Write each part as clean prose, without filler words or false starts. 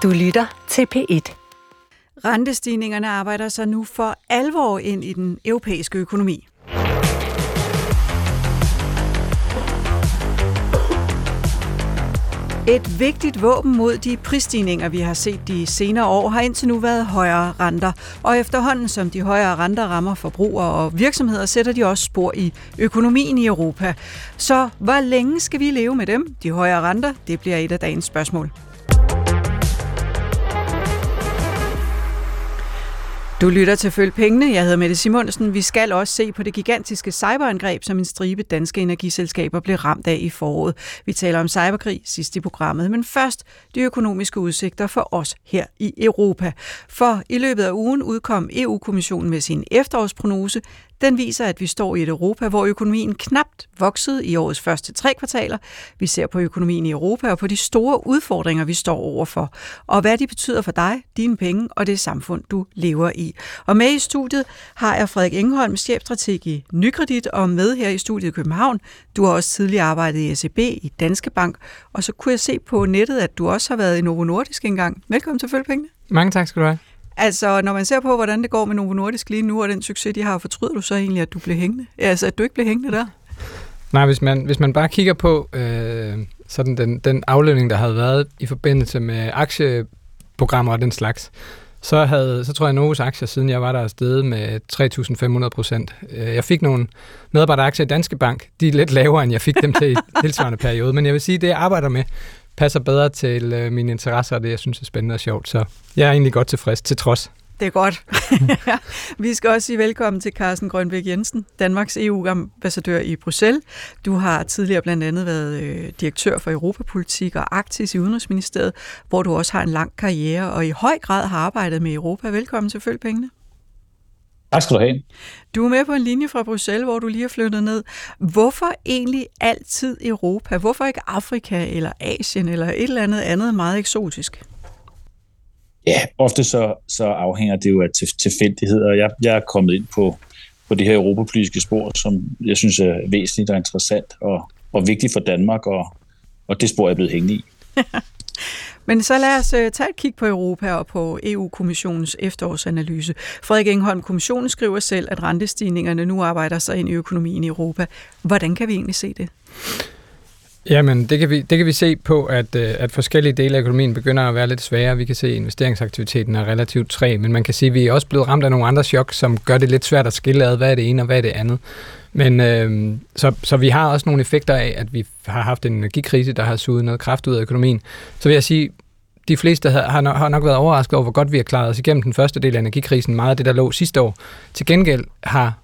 Du lytter til P1. Rentestigningerne arbejder sig nu for alvor ind i den europæiske økonomi. Et vigtigt våben mod de prisstigninger, vi har set de senere år, har indtil nu været højere renter. Og efterhånden som de højere renter rammer forbrugere og virksomheder, sætter de også spor i økonomien i Europa. Så hvor længe skal vi leve med dem? De højere renter, det bliver et af dagens spørgsmål. Du lytter til Følg Pengene. Jeg hedder Mette Simonsen. Vi skal også se på det gigantiske cyberangreb, som en stribe danske energiselskaber blev ramt af i foråret. Vi taler om cyberkrig sidst i programmet, men først de økonomiske udsigter for os her i Europa. For i løbet af ugen udkom EU-kommissionen med sin efterårsprognose. Den viser, at vi står i et Europa, hvor økonomien knapt voksede i årets første 3 kvartaler. Vi ser på økonomien i Europa og på de store udfordringer, vi står overfor. Og hvad de betyder for dig, dine penge og det samfund, du lever i. Og med i studiet har jeg Frederik Engholm, chefstrateg i Nykredit, og med her i studiet i København. Du har også tidligere arbejdet i SEB, i Danske Bank, og så kunne jeg se på nettet, at du også har været i Novo Nordisk engang. Velkommen til Følg Pengene. Mange tak skal du have. Altså, når man ser på, hvordan det går med Novo Nordisk lige nu, og den succes, de har, fortryder du så egentlig, at du blev hængende? Altså, at du ikke blev hængende der? Nej, hvis man bare kigger på sådan den aflønning, der havde været i forbindelse med aktieprogrammer og den slags, så tror jeg, at Novos aktier, siden jeg var der steget med 3.500%. Jeg fik nogle medarbejderaktier i Danske Bank. De er lidt lavere, end jeg fik dem til i tilsvarende periode. Men jeg vil sige, at det, jeg arbejder med, passer bedre til mine interesser, og det, jeg synes er spændende og sjovt. Så jeg er egentlig godt tilfreds, til trods. Det er godt. Vi skal også sige velkommen til Carsten Grønbæk Jensen, Danmarks EU-ambassadør i Bruxelles. Du har tidligere blandt andet været direktør for Europapolitik og Arktis i Udenrigsministeriet, hvor du også har en lang karriere og i høj grad har arbejdet med Europa. Velkommen til Følg Pengene. Tak skal du have. Du er med på en linje fra Bruxelles, hvor du lige har flyttet ned. Hvorfor egentlig altid Europa? Hvorfor ikke Afrika eller Asien eller et eller andet meget eksotisk? Ja, ofte så afhænger det jo af tilfældigheder. Jeg er kommet ind på det her europapolitiske spor, som jeg synes er væsentligt og interessant og vigtigt for Danmark, og det spor er blevet hængende i. Men så lad os tage et kig på Europa og på EU-kommissionens efterårsanalyse. Frederik Engholm, kommissionen skriver selv, at rentestigningerne nu arbejder sig ind i økonomien i Europa. Hvordan kan vi egentlig se det? Jamen, det kan vi se på, at forskellige dele af økonomien begynder at være lidt sværere. Vi kan se, at investeringsaktiviteten er relativt træg, men man kan sige, at vi er også blevet ramt af nogle andre chok, som gør det lidt svært at skille ad, hvad er det ene og hvad er det andet. Men så vi har også nogle effekter af, at vi har haft en energikrise, der har suget noget kraft ud af økonomien. Så vil jeg sige, de fleste har nok været overrasket over, hvor godt vi har klaret os igennem den første del af energikrisen. Meget af det, der lå sidste år. Til gengæld har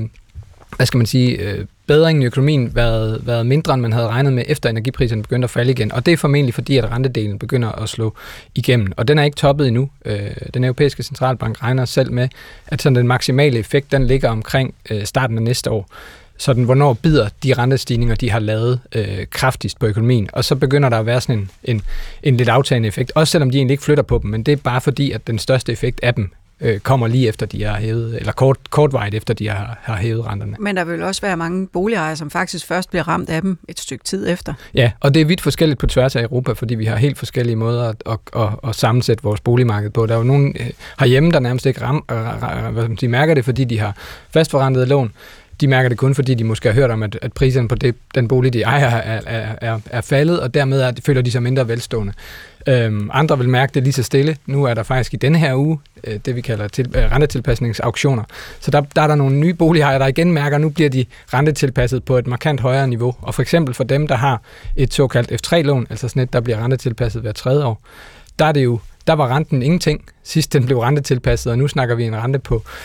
bedringen i økonomien været mindre, end man havde regnet med, efter energipriserne begyndte at falde igen. Og det er formentlig fordi, at rentedelen begynder at slå igennem. Og den er ikke toppet endnu. Den europæiske centralbank regner selv med, at sådan den maksimale effekt, den ligger omkring starten af næste år. Sådan, hvornår bider de rentestigninger, de har lavet kraftigst på økonomien. Og så begynder der at være sådan en lidt aftagende effekt. Også selvom de egentlig ikke flytter på dem, men det er bare fordi, at den største effekt af dem kommer lige efter, de har hævet, eller kortvarigt efter, de har hævet renterne. Men der vil også være mange boligejere, som faktisk først bliver ramt af dem et stykke tid efter. Ja, og det er vidt forskelligt på tværs af Europa, fordi vi har helt forskellige måder at sammensætte vores boligmarked på. Der er jo nogen herhjemme, der nærmest ikke mærker det, fordi de har fastforrentede lån. De mærker det kun, fordi de måske har hørt om, at priserne på den bolig, de ejer, er faldet, og dermed føler de sig mindre velstående. Andre vil mærke det lige så stille. Nu er der faktisk i denne her uge det, vi kalder rentetilpasningsauktioner. Så der er der nogle nye boligejere, der igen mærker, at nu bliver de rentetilpasset på et markant højere niveau. Og for eksempel for dem, der har et såkaldt F3-lån, altså sådan et, der bliver rentetilpasset hver 3. år, der var renten ingenting, sidst den blev rentetilpasset, og nu snakker vi en rente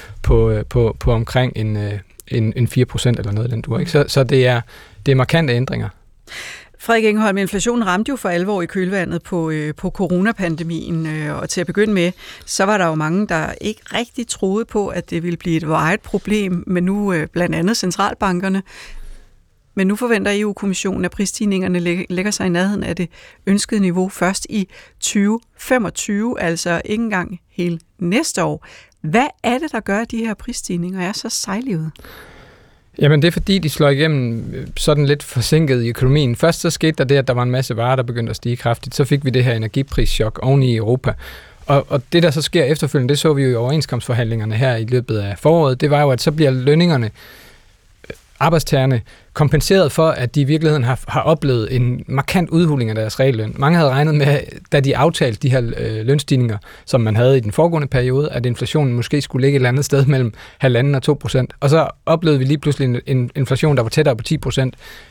på omkring en 4% eller noget af den dur. Ikke? Så det er markante ændringer. Frederik Engholm, inflationen ramte jo for alvor i kølvandet på coronapandemien, og til at begynde med, så var der jo mange, der ikke rigtig troede på, at det ville blive et varigt problem, men nu blandt andet centralbankerne. Men nu forventer EU-kommissionen, at prisstigningerne lægger sig i nærheden af det ønskede niveau først i 2025, altså ikke engang hele næste år. Hvad er det, der gør, at de her prisstigninger er så sejlivede? Jamen det er fordi, de slår igennem sådan lidt forsinket i økonomien. Først så skete der det, at der var en masse varer, der begyndte at stige kraftigt. Så fik vi det her energiprischok oven i Europa. Og det, der så sker efterfølgende, det så vi jo i overenskomstforhandlingerne her i løbet af foråret, det var jo, at så bliver lønningerne, arbejdstagerne, kompenseret for, at de i virkeligheden har oplevet en markant udhuling af deres realløn. Mange havde regnet med, da de aftalte de her lønstigninger, som man havde i den foregående periode, at inflationen måske skulle ligge et eller andet sted mellem 1,5% og 2%. Og så oplevede vi lige pludselig en inflation, der var tættere på 10%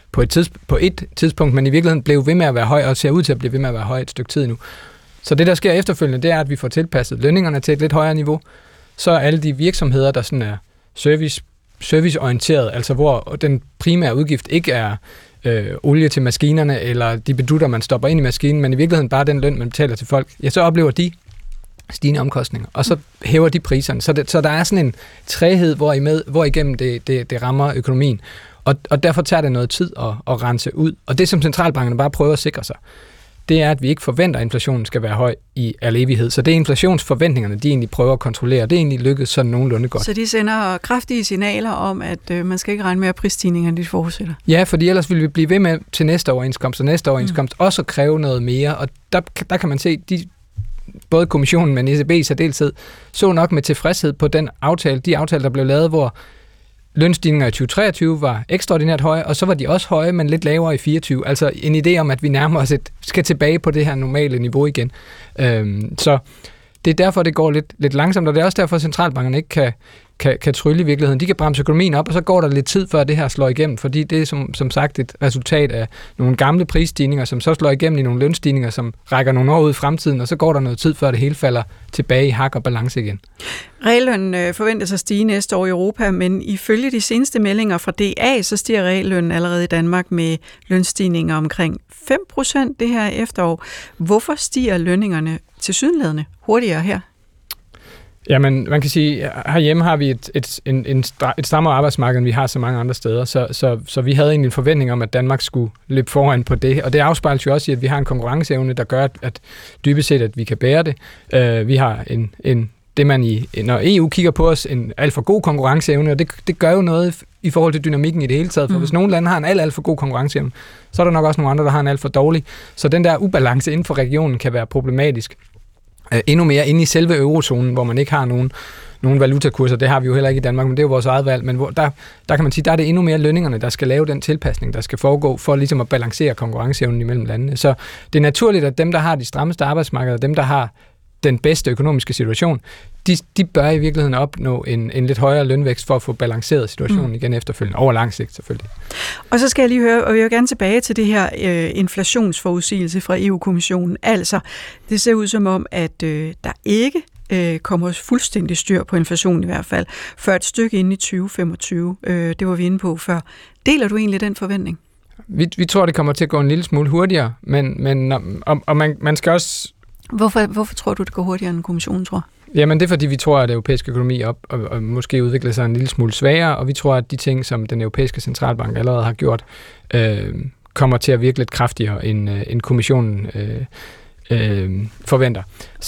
på et tidspunkt, men i virkeligheden blev ved med at være høj, og ser ud til at blive ved med at være høj et stykke tid nu. Så det, der sker efterfølgende, det er, at vi får tilpasset lønningerne til et lidt højere niveau. Så er alle de virksomheder, der sådan er serviceorienteret, altså hvor den primære udgift ikke er olie til maskinerne, eller de bedutter, man stopper ind i maskinen, men i virkeligheden bare den løn, man betaler til folk, ja, så oplever de stigende omkostninger, og så hæver de priserne. Så der er sådan en træhed, hvor igennem det rammer økonomien. Og derfor tager det noget tid at rense ud. Og det, som centralbankerne bare prøver at sikre sig, det er, at vi ikke forventer, at inflationen skal være høj i al evighed. Så det er inflationsforventningerne, de egentlig prøver at kontrollere. Det er egentlig lykkedes sådan nogenlunde godt. Så de sender kraftige signaler om, at man skal ikke regne med, at prisstigningerne de forudsætter? Ja, fordi ellers vil vi blive ved med til næste overenskomst og næste overenskomst også kræve noget mere. Og der kan man se, både kommissionen, men ECB i særdeleshed, så nok med tilfredshed på de aftaler, der blev lavet, hvor lønstigninger i 2023 var ekstraordinært høje, og så var de også høje, men lidt lavere i 2024. Altså en idé om, at vi nærmer os skal tilbage på det her normale niveau igen. Så det er derfor, det går lidt langsomt, og det er også derfor, at centralbankerne ikke kan trylle i virkeligheden. De kan bremse økonomien op, og så går der lidt tid, før det her slår igennem, fordi det er som sagt et resultat af nogle gamle prisstigninger, som så slår igennem i nogle lønstigninger, som rækker nogle år ud i fremtiden, og så går der noget tid, før det hele falder tilbage i hak og balance igen. Reallønnen forventes at stige næste år i Europa, men ifølge de seneste meldinger fra DA, så stiger reallønnen allerede i Danmark med lønstigninger omkring 5% det her efterår. Hvorfor stiger lønningerne tilsyneladende hurtigere her? Jamen, man kan sige, herhjemme har vi et strammere arbejdsmarked, end vi har så mange andre steder, så vi havde egentlig en forventning om, at Danmark skulle løbe foran på det, og det afspejles jo også i, at vi har en konkurrenceevne, der gør, at dybest set, at vi kan bære det. Vi har når EU kigger på os, en alt for god konkurrenceevne, og det gør jo noget i forhold til dynamikken i det hele taget, for hvis nogle lande har en alt for god konkurrenceevne, så er der nok også nogle andre, der har en alt for dårlig, så den der ubalance inden for regionen kan være problematisk. Endnu mere inde i selve eurozonen, hvor man ikke har nogen valutakurser. Det har vi jo heller ikke i Danmark, men det er jo vores eget valg. Men der kan man sige, der er det endnu mere lønningerne, der skal lave den tilpasning, der skal foregå, for ligesom at balancere konkurrenceevnen imellem landene. Så det er naturligt, at dem, der har de strammeste arbejdsmarkeder, dem, der har den bedste økonomiske situation, de bør i virkeligheden opnå en lidt højere lønvækst for at få balanceret situationen igen efterfølgende, over lang sigt selvfølgelig. Og så skal jeg lige høre, og jeg vil gerne tilbage til det her inflationsforudsigelse fra EU-kommissionen. Altså, det ser ud som om, at der ikke kommer fuldstændig styr på inflationen i hvert fald, før et stykke inde i 2025. Det var vi inde på før. Deler du egentlig den forventning? Vi tror, det kommer til at gå en lille smule hurtigere, men man skal også... Hvorfor tror du, det går hurtigere, end kommissionen tror? Jamen det er, fordi vi tror, at den europæiske økonomi og måske udvikler sig en lille smule svagere, og vi tror, at de ting, som den europæiske centralbank allerede har gjort, kommer til at virke lidt kraftigere, end kommissionen forventer.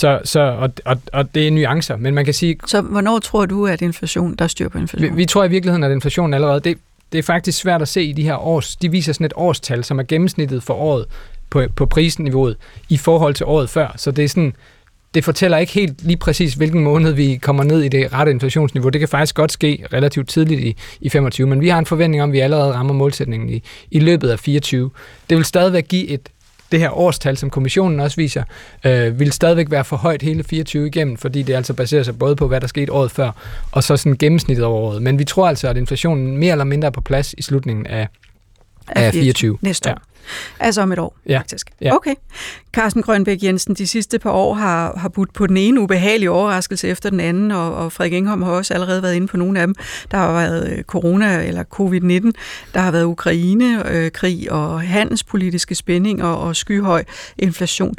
Og det er nuancer, men man kan sige... Så hvornår tror du, at der er styr på inflationen? Vi tror i virkeligheden, at inflationen allerede... Det er faktisk svært at se i de her års... De viser sådan et årstal, som er gennemsnittet for året på prisniveauet i forhold til året før. Så det er sådan... Det fortæller ikke helt lige præcis, hvilken måned vi kommer ned i det rette inflationsniveau. Det kan faktisk godt ske relativt tidligt i 25, men vi har en forventning om, at vi allerede rammer målsætningen i løbet af 24. Det vil stadigvæk give det her årstal, som kommissionen også viser, vil stadigvæk være for højt hele 24 igennem, fordi det altså baserer sig både på, hvad der skete året før, og så sådan gennemsnittet over året. Men vi tror altså, at inflationen mere eller mindre er på plads i slutningen af 24. Næste år. Ja. Altså om et år, faktisk. Ja. Okay. Carsten Grønbæk Jensen, de sidste par år har budt på den ene ubehagelige overraskelse efter den anden, og Frederik Engholm har også allerede været inde på nogle af dem. Der har været corona eller covid-19, der har været Ukraine-krig og handelspolitiske spændinger og skyhøj inflation.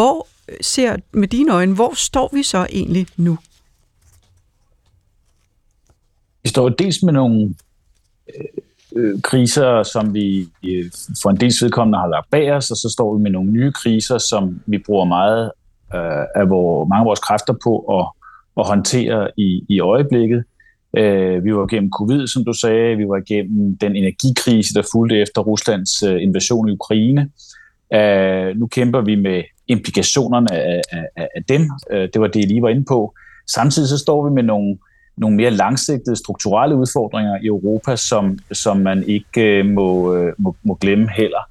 Med dine øjne, hvor står vi så egentlig nu? Vi står dels med nogle kriser, som vi for en dels vedkommende har lagt bag os, og så står vi med nogle nye kriser, som vi bruger meget mange af vores kræfter på at håndtere i øjeblikket. Vi var igennem covid, som du sagde. Vi var igennem den energikrise, der fulgte efter Ruslands invasion i Ukraine. Nu kæmper vi med implikationerne af dem. Det var det, jeg lige var inde på. Samtidig så står vi med nogle mere langsigtede strukturelle udfordringer i Europa, som man ikke må glemme heller.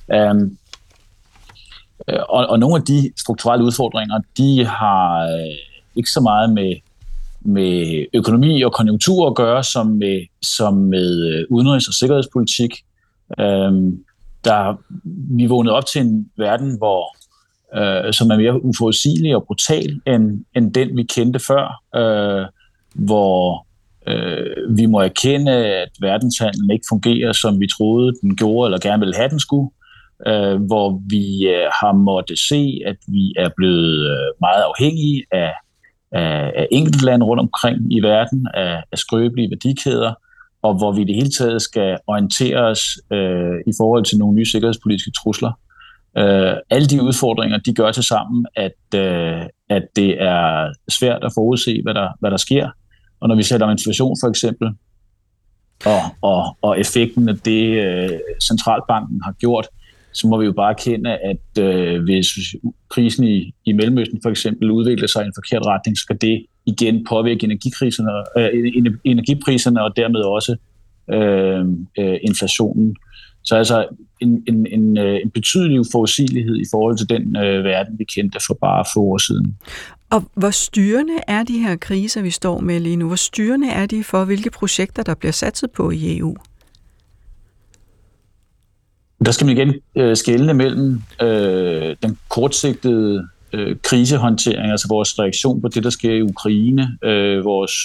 Og nogle af de strukturelle udfordringer, de har ikke så meget med økonomi og konjunktur at gøre, som med udenrigs- og sikkerhedspolitik. Vi vågnede op til en verden, som er mere uforudsigelig og brutal end den, vi kendte før, hvor vi må erkende, at verdenshandlen ikke fungerer, som vi troede, den gjorde, eller gerne ville have, den skulle. Hvor vi har måttet se, at vi er blevet meget afhængige af enkeltlande rundt omkring i verden, af skrøbelige værdikæder, og hvor vi i det hele taget skal orientere os i forhold til nogle nye sikkerhedspolitiske trusler. Alle de udfordringer, de gør til sammen, at det er svært at forudse, hvad der sker. Og når vi sætter om inflation for eksempel, og effekten af det, centralbanken har gjort, så må vi jo bare erkende, at hvis krisen i Mellemøsten for eksempel udvikler sig i en forkert retning, skal det igen påvirke energipriserne og dermed også inflationen. Så altså en betydelig uforudsigelighed i forhold til den verden, vi kendte for bare få år siden. Og hvor styrende er de her kriser, vi står med lige nu? Hvor styrende er de for, hvilke projekter, der bliver satset på i EU? Der skal man igen skelne mellem den kortsigtede krisehåndtering, altså vores reaktion på det, der sker i Ukraine, vores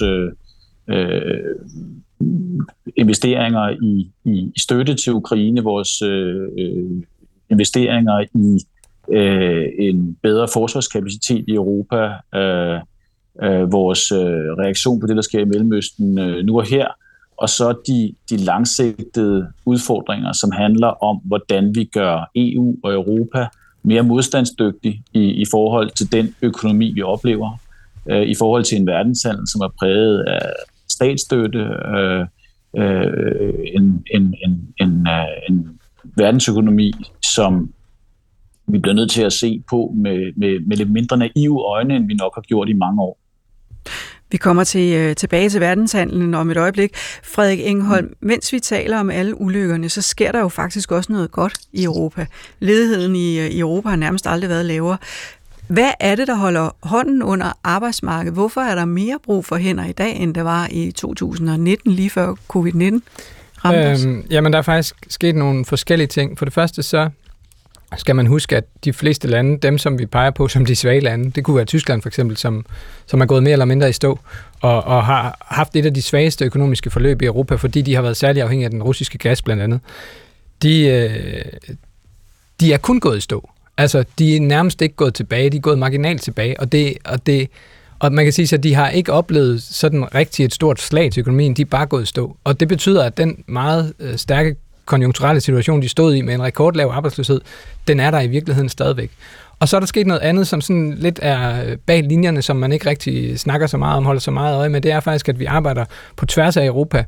investeringer i støtte til Ukraine, vores investeringer i en bedre forsvarskapacitet i Europa, vores reaktion på det, der sker i Mellemøsten nu og her, og så de langsigtede udfordringer, som handler om, hvordan vi gør EU og Europa mere modstandsdygtig i forhold til den økonomi, vi oplever, i forhold til en verdenshandel, som er præget af statsstøtte, en verdensøkonomi, som vi bliver nødt til at se på med lidt mindre naive øjne, end vi nok har gjort i mange år. Vi kommer tilbage til verdenshandlen om et øjeblik. Frederik Engholm, mens vi taler om alle ulykkerne, så sker der jo faktisk også noget godt i Europa. Ledigheden i Europa har nærmest aldrig været lavere. Hvad er det, der holder hånden under arbejdsmarkedet? Hvorfor er der mere brug for hænder i dag, end der var i 2019, lige før covid-19 ramte os? Jamen, der er faktisk sket nogle forskellige ting. For det første så skal man huske, at de fleste lande, dem som vi peger på som de svage lande, det kunne være Tyskland for eksempel, som er gået mere eller mindre i stå, og har haft et af de svageste økonomiske forløb i Europa, fordi de har været særlig afhængige af den russiske gas blandt andet. De er kun gået i stå. Altså, de er nærmest ikke gået tilbage, de er gået marginalt tilbage, og man kan sige, at de har ikke oplevet sådan rigtig et stort slag til økonomien, de er bare gået i stå. Og det betyder, at den meget stærke konjunkturelle situation, de stod i med en rekordlav arbejdsløshed, den er der i virkeligheden stadigvæk. Og så er der sket noget andet, som sådan lidt er bag linjerne, som man ikke rigtig snakker så meget om, holder så meget øje med. Det er faktisk, at vi arbejder på tværs af Europa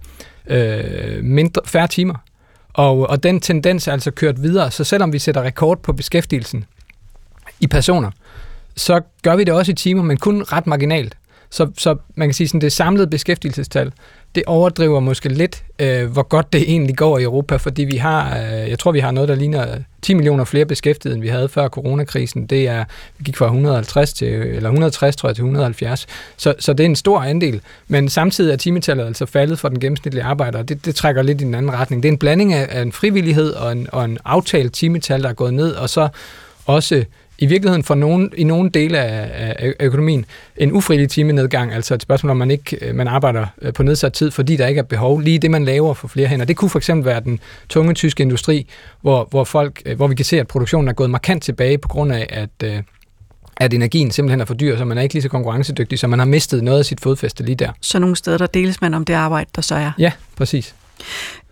færre timer. Og den tendens er altså kørt videre. Så selvom vi sætter rekord på beskæftigelsen i personer, så gør vi det også i timer, men kun ret marginalt. Så man kan sige, sådan det samlede beskæftigelsestal, det overdriver måske lidt, hvor godt det egentlig går i Europa, fordi vi har, jeg tror, vi har noget, der ligner 10 millioner flere beskæftigede, end vi havde før coronakrisen. Vi gik fra 160 tror jeg, til 170. Så det er en stor andel, men samtidig er timetallet altså faldet for den gennemsnitlige arbejder, og det trækker lidt i en anden retning. Det er en blanding af en frivillighed og en aftalt timetal, der er gået ned, og så også i virkeligheden for i nogle dele af økonomien en ufrivillig timenedgang, altså et spørgsmål om man arbejder på nedsat tid, fordi der ikke er behov, lige det man laver for flere hænder. Det kunne for eksempel være den tunge tyske industri, hvor vi kan se, at produktionen er gået markant tilbage på grund af, at energien simpelthen er for dyr, så man er ikke lige så konkurrencedygtig, så man har mistet noget af sit fodfæste lige der. Så nogle steder, der deles man om det arbejde, der så er. Ja, præcis.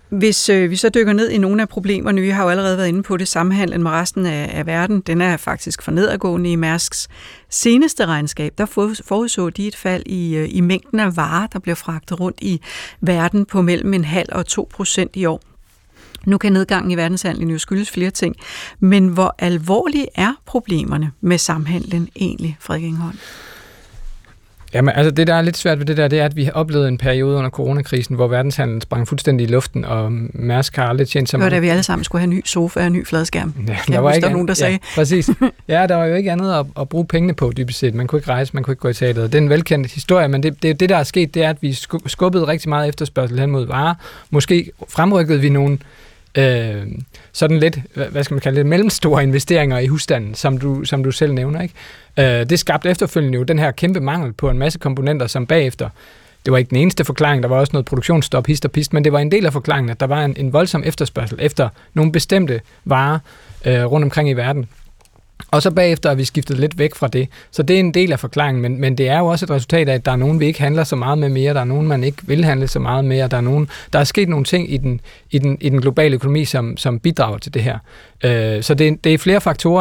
Hvis vi så dykker ned i nogle af problemerne, vi har jo allerede været inde på det, sammenhandlen med resten af verden, den er faktisk for nedadgående i Mærsks seneste regnskab. Der forudså de et fald i mængden af varer, der bliver fragtet rundt i verden på mellem 0,5% og 2% i år. Nu kan nedgangen i verdenshandlen jo skyldes flere ting, men hvor alvorlige er problemerne med samhandlen egentlig, Frederik Engholm? Jamen, altså det, der er lidt svært ved det der, det er, at vi har oplevet en periode under coronakrisen, hvor verdenshandlen sprang fuldstændig i luften, og Mærsk har aldrig tjent så meget. Det var da vi alle sammen skulle have en ny sofa og en ny fladskærm. Ja, der var ikke nogen, der sagde. Ja, præcis. Ja, der var jo ikke andet at bruge pengene på, dybest set. Man kunne ikke rejse, man kunne ikke gå i teateret. Det er en velkendt historie, men det der er sket, det er, at vi skubbede rigtig meget efterspørgsel hen mod varer. Måske fremrykkede vi nogle sådan lidt, hvad skal man kalde det, mellemstore investeringer i husstanden, som du selv nævner, ikke? Det skabte efterfølgende jo den her kæmpe mangel på en masse komponenter, som bagefter, det var ikke den eneste forklaring, der var også noget produktionsstop, hist og pist, men det var en del af forklaringen, at der var en voldsom efterspørgsel efter nogle bestemte varer rundt omkring i verden. Og så bagefter er vi skiftet lidt væk fra det. Så det er en del af forklaringen, men det er jo også et resultat af, at der er nogen, vi ikke handler så meget med mere, der er nogen, man ikke vil handle så meget med, og der er sket nogle ting i den globale økonomi, som bidrager til det her. Så det er flere faktorer,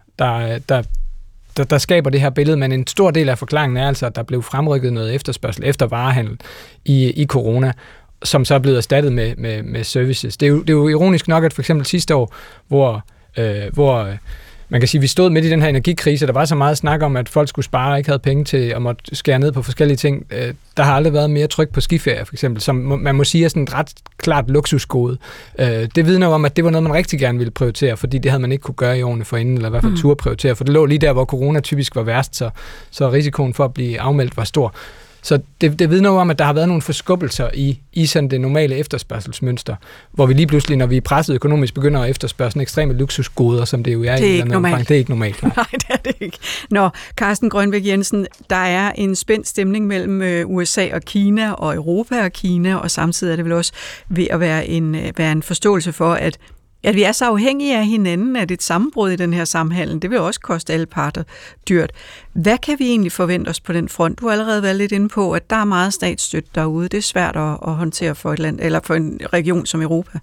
der skaber det her billede, men en stor del af forklaringen er altså, at der blev fremrykket noget efterspørgsel efter varehandel i corona, som så er blevet erstattet med services. Det er jo ironisk nok, at for eksempel sidste år, hvor man kan sige, at vi stod midt i den her energikrise, der var så meget snak om, at folk skulle spare og ikke havde penge til og måtte skære ned på forskellige ting. Der har aldrig været mere tryk på skiferie, for eksempel, som man må sige er sådan et ret klart luksusgode. Det vidner jo om, at det var noget, man rigtig gerne ville prioritere, fordi det havde man ikke kunne gøre i årene forinden, eller i hvert fald turde prioritere, for det lå lige der, hvor corona typisk var værst, så risikoen for at blive afmeldt var stor. Så det vidner jo om, at der har været nogle forskubbelser i sådan det normale efterspørgselsmønster, hvor vi lige pludselig, når vi er presset økonomisk, begynder at efterspørge sådan ekstreme luksusgoder, som det jo er i et eller andet omfang. Det er ikke normalt. Nej, det er det ikke. Nå, Carsten Grønbæk Jensen, der er en spændt stemning mellem USA og Kina, og Europa og Kina, og samtidig er det vel også ved at være en forståelse for, at vi er så afhængige af hinanden, at et sammenbrud i den her samhandel, det vil også koste alle parter dyrt. Hvad kan vi egentlig forvente os på den front? Du har allerede været lidt inde på, at der er meget statsstøtte derude. Det er svært at håndtere for et land, eller for en region som Europa.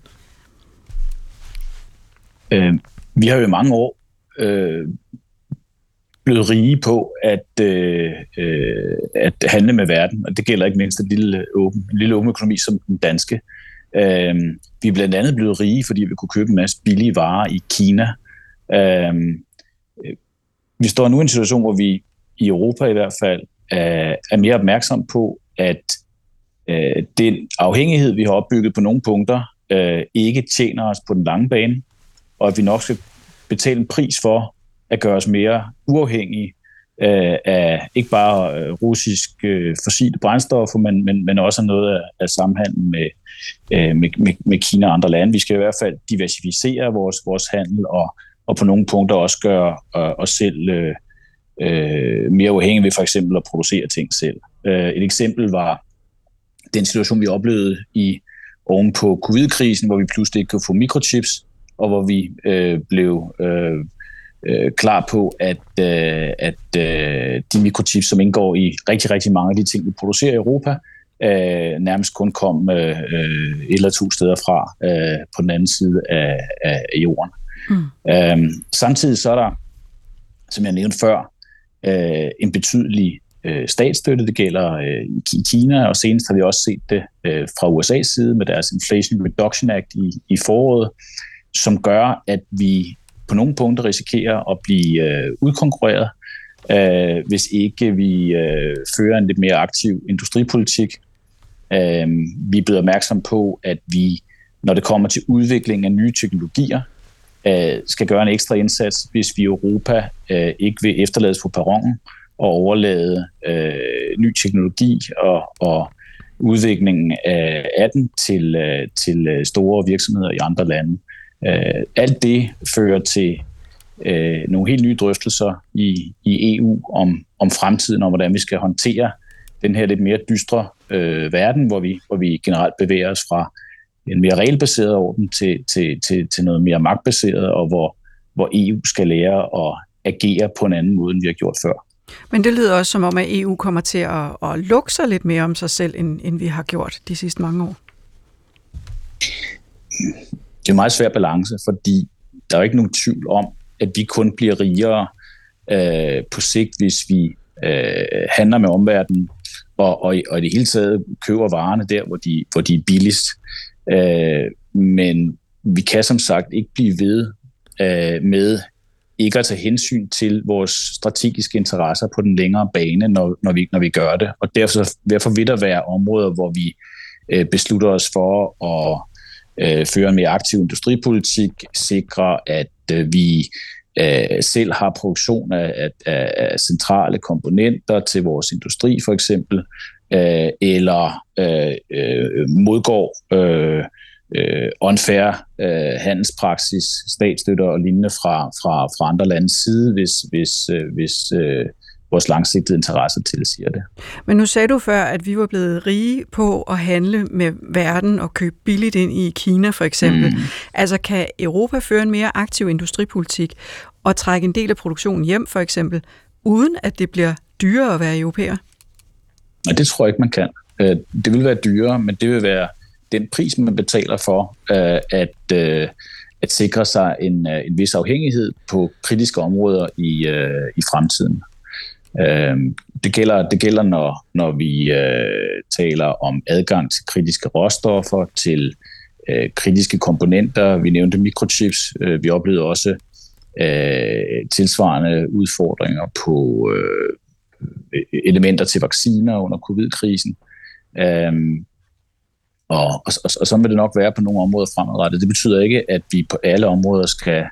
Vi har jo i mange år blevet rige på at handle med verden, og det gælder ikke mindst en lille åben økonomi som den danske. Vi er blandt andet blevet rige, fordi vi kunne købe en masse billige varer i Kina. Vi står nu i en situation, hvor vi i Europa i hvert fald er mere opmærksom på, at den afhængighed, vi har opbygget på nogle punkter, ikke tjener os på den lange bane, og at vi nok skal betale en pris for at gøre os mere uafhængige af ikke bare russisk fossile brændstoffer, men også noget af samhandlen med Kina og andre lande. Vi skal i hvert fald diversificere vores handel og på nogle punkter også gøre os selv mere uafhængige ved for eksempel at producere ting selv. Et eksempel var den situation, vi oplevede oven på covid-krisen, hvor vi pludselig ikke kunne få mikrochips, og hvor vi blev klar på, at de mikrochips, som indgår i rigtig, rigtig mange af de ting, vi producerer i Europa, nærmest kun kom et eller to steder fra på den anden side af jorden. Samtidig så er der, som jeg nævnte før, en betydelig statsstøtte. Det gælder i Kina, og senest har vi også set det fra USA's side med deres Inflation Reduction Act i foråret, som gør, at vi på nogle punkter risikerer at blive udkonkurreret, hvis ikke vi fører en lidt mere aktiv industripolitik. Vi er blevet opmærksom på, at vi, når det kommer til udvikling af nye teknologier, skal gøre en ekstra indsats, hvis vi i Europa ikke vil efterlades på perronen og overlade ny teknologi og udviklingen af den til store virksomheder i andre lande. Alt det fører til nogle helt nye drøftelser i EU om fremtiden, om hvordan vi skal håndtere den her lidt mere dystre verden, hvor vi generelt bevæger os fra en mere regelbaseret orden til noget mere magtbaseret, og hvor EU skal lære at agere på en anden måde, end vi har gjort før. Men det lyder også som om, at EU kommer til at lukke sig lidt mere om sig selv, end vi har gjort de sidste mange år. det er en meget svær balance, fordi der er jo ikke nogen tvivl om, at vi kun bliver rigere på sigt, hvis vi handler med omverdenen, og i det hele taget køber varerne der, hvor de er billigst. Men vi kan som sagt ikke blive ved med ikke at tage hensyn til vores strategiske interesser på den længere bane, når vi gør det. Og derfor vil der være områder, hvor vi beslutter os for at føre en mere aktiv industripolitik, sikre, at vi selv har produktion af centrale komponenter til vores industri for eksempel, eller modgår unfair handelspraksis, statsstøtter og lignende fra andre landes side, hvis vores langsigtede interesser tilsiger det. Men nu sagde du før, at vi var blevet rige på at handle med verden og købe billigt ind i Kina for eksempel. Altså kan Europa føre en mere aktiv industripolitik og trække en del af produktionen hjem for eksempel, uden at det bliver dyrere at være europæer? Nej, det tror jeg ikke, man kan. Det vil være dyrere, men det vil være den pris, man betaler for at sikre sig en vis afhængighed på kritiske områder i fremtiden. Det gælder når vi taler om adgang til kritiske råstoffer, til kritiske komponenter. Vi nævnte mikrochips. Vi oplevede også tilsvarende udfordringer på elementer til vacciner under covid-krisen. Og sådan vil det nok være på nogle områder fremadrettet. Det betyder ikke, at vi på alle områder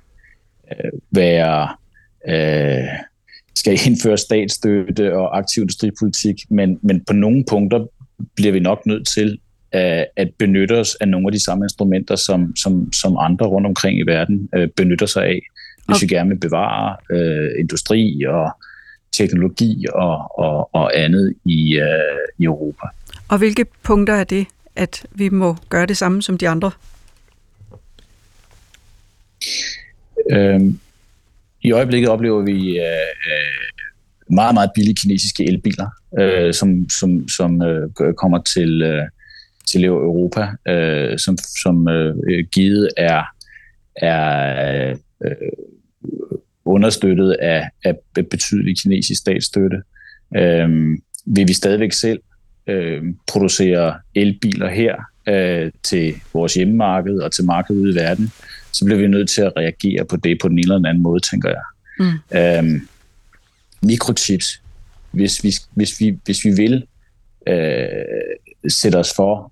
skal indføre statsstøtte og aktiv industripolitik, men på nogle punkter bliver vi nok nødt til at benytte os af nogle af de samme instrumenter, som andre rundt omkring i verden benytter sig af, hvis vi gerne vil bevare industri og teknologi og andet i Europa. Og hvilke punkter er det, at vi må gøre det samme som de andre? I øjeblikket oplever vi meget, meget billige kinesiske elbiler, som kommer til Europa, som givet er understøttet af betydelig kinesisk statsstøtte. Vil vi stadigvæk selv producere elbiler her til vores hjemmemarked og til markedet ude i verden, så bliver vi nødt til at reagere på det på den ene eller den anden måde, tænker jeg. Mikrochips, hvis vi vil sætte os for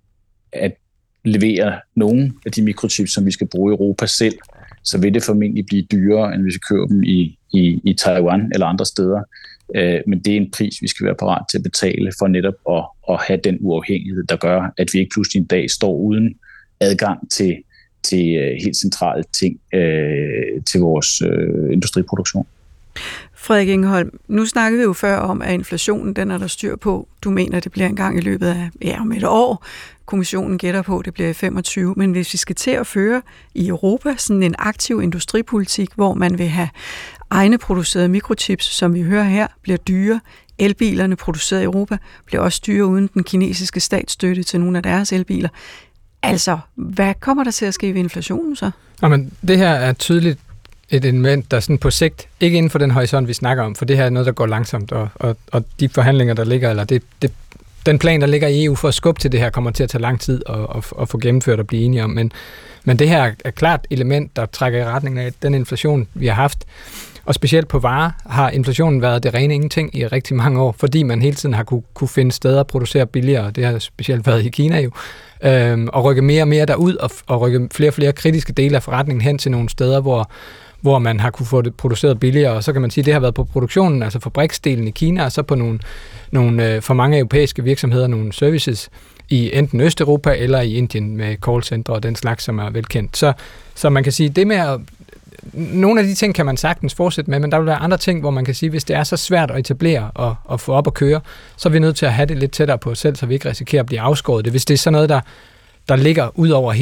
at levere nogle af de mikrochips, som vi skal bruge i Europa selv, så vil det formentlig blive dyrere, end hvis vi køber dem i Taiwan eller andre steder. Men det er en pris, vi skal være parat til at betale for netop at have den uafhængighed, der gør, at vi ikke pludselig en dag står uden adgang til helt centrale ting til vores industriproduktion. Frederik Ingeholm, nu snakkede vi jo før om, at inflationen, den er der styr på. Du mener, det bliver en gang i løbet af om et år. Kommissionen gætter på, det bliver i 25. Men hvis vi skal til at føre i Europa sådan en aktiv industripolitik, hvor man vil have egne producerede mikrochips, som vi hører her, bliver dyre. Elbilerne produceret i Europa bliver også dyre uden den kinesiske statsstøtte til nogle af deres elbiler. Altså, hvad kommer der til at ske ved inflationen så? Jamen, det her er tydeligt et element, der sådan på sigt, ikke inden for den horisont, vi snakker om, for det her er noget, der går langsomt, og de forhandlinger, der ligger, eller den plan, der ligger i EU for at skubbe til det her, kommer til at tage lang tid at få gennemført og blive enige om. Men det her er klart element, der trækker i retning af den inflation, vi har haft. Og specielt på varer har inflationen været det rene ingenting i rigtig mange år, fordi man hele tiden har kunne finde steder at producere billigere. Det har specielt været i Kina jo. Og rykke mere og mere derud og rykke flere og flere kritiske dele af forretningen hen til nogle steder, hvor man har kunne få det produceret billigere. Og så kan man sige, at det har været på produktionen, altså fabriksdelen i Kina, og så på nogle for mange europæiske virksomheder, nogle services i enten Østeuropa eller i Indien med callcentre og den slags, som er velkendt. Så man kan sige, det med at nogle af de ting kan man sagtens fortsætte med, men der vil være andre ting, hvor man kan sige, hvis det er så svært at etablere og få op at køre, så er vi nødt til at have det lidt tættere på os selv, så vi ikke risikerer at blive afskåret det. Hvis det er sådan noget, der ligger ud over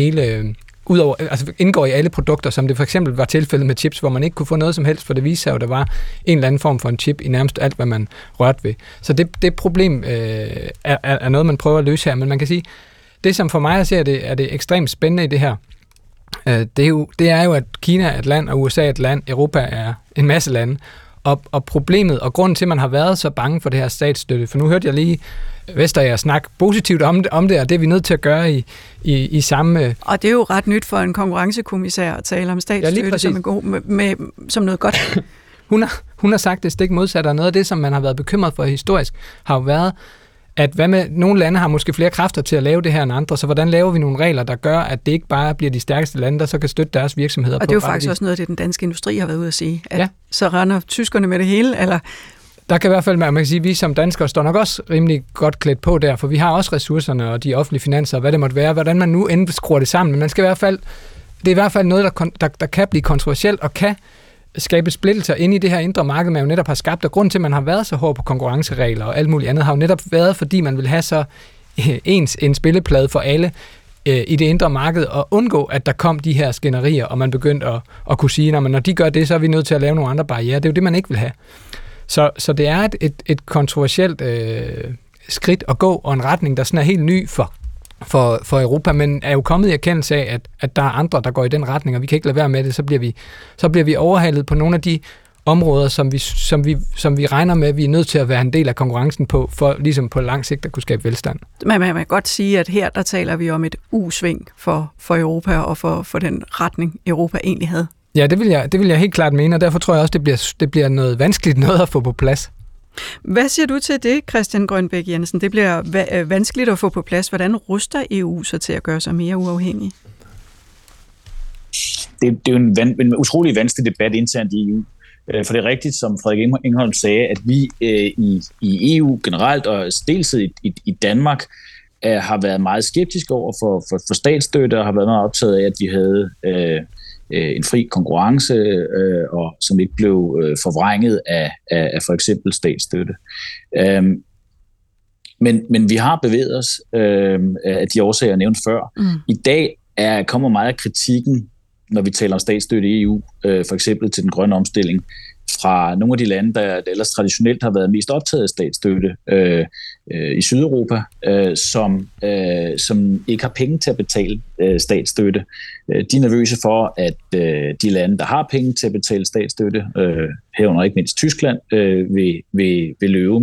altså indgår i alle produkter, som det for eksempel var tilfældet med chips, hvor man ikke kunne få noget som helst, for det viser sig jo, der var en eller anden form for en chip i nærmest alt, hvad man rørte ved. Så det problem er noget, man prøver at løse her, men man kan sige, det, som for mig at se er det ekstremt spændende i det her, det er jo, at Kina er et land, og USA er et land, Europa er en masse lande. Og problemet, og grunden til, at man har været så bange for det her statsstøtte, for nu hørte jeg lige Vestager snakke positivt om det, og det er vi nødt til at gøre i samme... Og det er jo ret nyt for en konkurrencekommissær at tale om statsstøtte som noget godt. Hun har sagt det stik modsat, og noget af det, som man har været bekymret for historisk, har jo været, at hvad med, nogle lande har måske flere kræfter til at lave det her end andre, så hvordan laver vi nogle regler, der gør, at det ikke bare bliver de stærkeste lande, der så kan støtte deres virksomheder? Og det er jo faktisk også noget af det, den danske industri har været ude at sige, at så render tyskerne med det hele, eller... Der kan i hvert fald, man kan sige, at vi som danskere står nok også rimelig godt klædt på der, for vi har også ressourcerne og de offentlige finanser, og hvad det måtte være, hvordan man nu end skruer det sammen, men man skal i hvert fald, det er i hvert fald noget, der kan blive kontroversielt, og kan skabe splittelser ind i det her indre marked, man jo netop har skabt, og grunden til, at man har været så hård på konkurrenceregler og alt muligt andet, har jo netop været, fordi man vil have så ens en spilleplade for alle i det indre marked, og undgå, at der kom de her skænderier, og man begyndte at kunne sige, når de gør det, så er vi nødt til at lave nogle andre barrierer. Det er jo det, man ikke vil have. Så det er et kontroversielt skridt at gå, og en retning, der sådan er helt ny for Europa, men er jo kommet i erkendelse af, at der er andre, der går i den retning, og vi kan ikke lade være med det, så bliver vi overhalet på nogle af de områder, som vi regner med, at vi er nødt til at være en del af konkurrencen på, for ligesom på lang sigt at kunne skabe velstand. Man kan godt sige, at her der taler vi om et U-sving for Europa, og for den retning, Europa egentlig havde. Ja, det vil jeg helt klart mene, og derfor tror jeg også, det bliver noget vanskeligt noget at få på plads. Hvad siger du til det, Christian Grønbæk Jensen? Det bliver vanskeligt at få på plads. Hvordan ruster EU så til at gøre sig mere uafhængig? Det er jo en utrolig vanskelig debat internt i EU. For det er rigtigt, som Frederik Engholm sagde, at vi i EU generelt, og dels i Danmark, har været meget skeptiske over for statsstøtte, og har været meget optaget af, at vi havde en fri konkurrence, og som ikke blev forvrænget af for eksempel statsstøtte. Men vi har bevæget os af de årsager, jeg nævnte før. I dag kommer meget af kritikken, når vi taler om statsstøtte i EU, for eksempel til den grønne omstilling, fra nogle af de lande, der ellers traditionelt har været mest optaget af statsstøtte i Sydeuropa, som ikke har penge til at betale statsstøtte. De er nervøse for, at de lande, der har penge til at betale statsstøtte, herunder ikke mindst Tyskland, vil løbe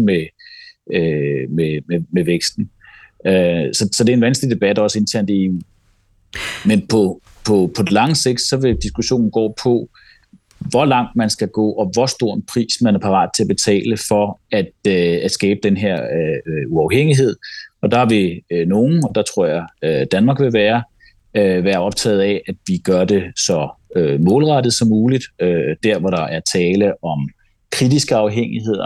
med væksten. Så det er en vanskelig debat også internt i EU. Men på det lange sigt, så vil diskussionen gå på, hvor langt man skal gå, og hvor stor en pris man er parat til at betale for at skabe den her uafhængighed. Og der er vi nogen, og der tror jeg, Danmark vil være optaget af, at vi gør det så målrettet som muligt, der hvor der er tale om kritiske afhængigheder,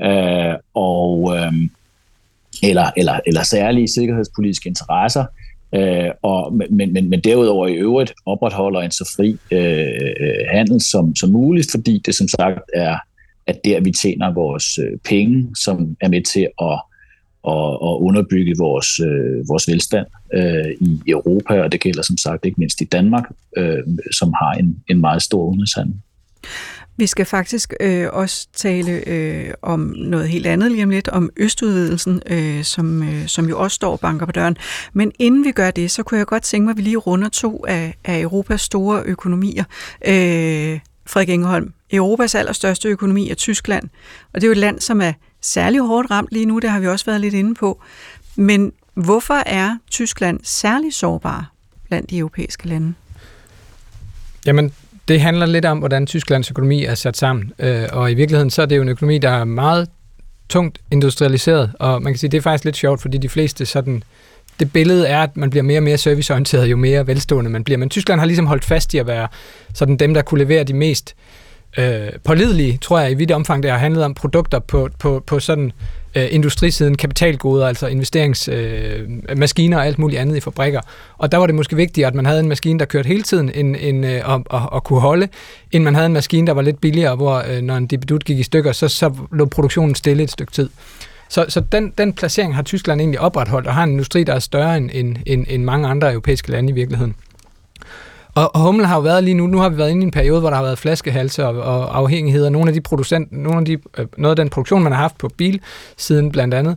eller særlige sikkerhedspolitiske interesser, men derudover i øvrigt opretholder en så fri handel som muligt, fordi det som sagt er at der vi tjener vores penge, som er med til at underbygge vores velstand i Europa, og det gælder som sagt ikke mindst i Danmark, som har en meget stor udenrigshandel. Vi skal faktisk også tale om noget helt andet lige om lidt, om østudvidelsen, som jo også står og banker på døren. Men inden vi gør det, så kunne jeg godt tænke mig, at vi lige runder to af Europas store økonomier. Frederik Engholm, Europas allerstørste økonomi er Tyskland, og det er jo et land, som er særlig hårdt ramt lige nu, det har vi også været lidt inde på. Men hvorfor er Tyskland særlig sårbar blandt de europæiske lande? Jamen, det handler lidt om, hvordan Tysklands økonomi er sat sammen, og i virkeligheden så er det jo en økonomi, der er meget tungt industrialiseret, og man kan sige, det er faktisk lidt sjovt, fordi de fleste sådan, det billede er, at man bliver mere og mere serviceorienteret, jo mere velstående man bliver, men Tyskland har ligesom holdt fast i at være sådan dem, der kunne levere de mest pålidelige, tror jeg, i vidt omfang, det har handlet om produkter på sådan industrisiden, kapitalgoder, altså investeringsmaskiner og alt muligt andet i fabrikker. Og der var det måske vigtigt, at man havde en maskine, der kørte hele tiden og kunne holde, end man havde en maskine, der var lidt billigere, hvor når en dipedut gik i stykker, så lå produktionen stille et stykke tid. Så den placering har Tyskland egentlig opretholdt, og har en industri, der er større end mange andre europæiske lande i virkeligheden. Og Hummel har jo været lige nu har vi været inde i en periode, hvor der har været flaskehalse og afhængigheder. Noget af den produktion, man har haft på bilsiden blandt andet,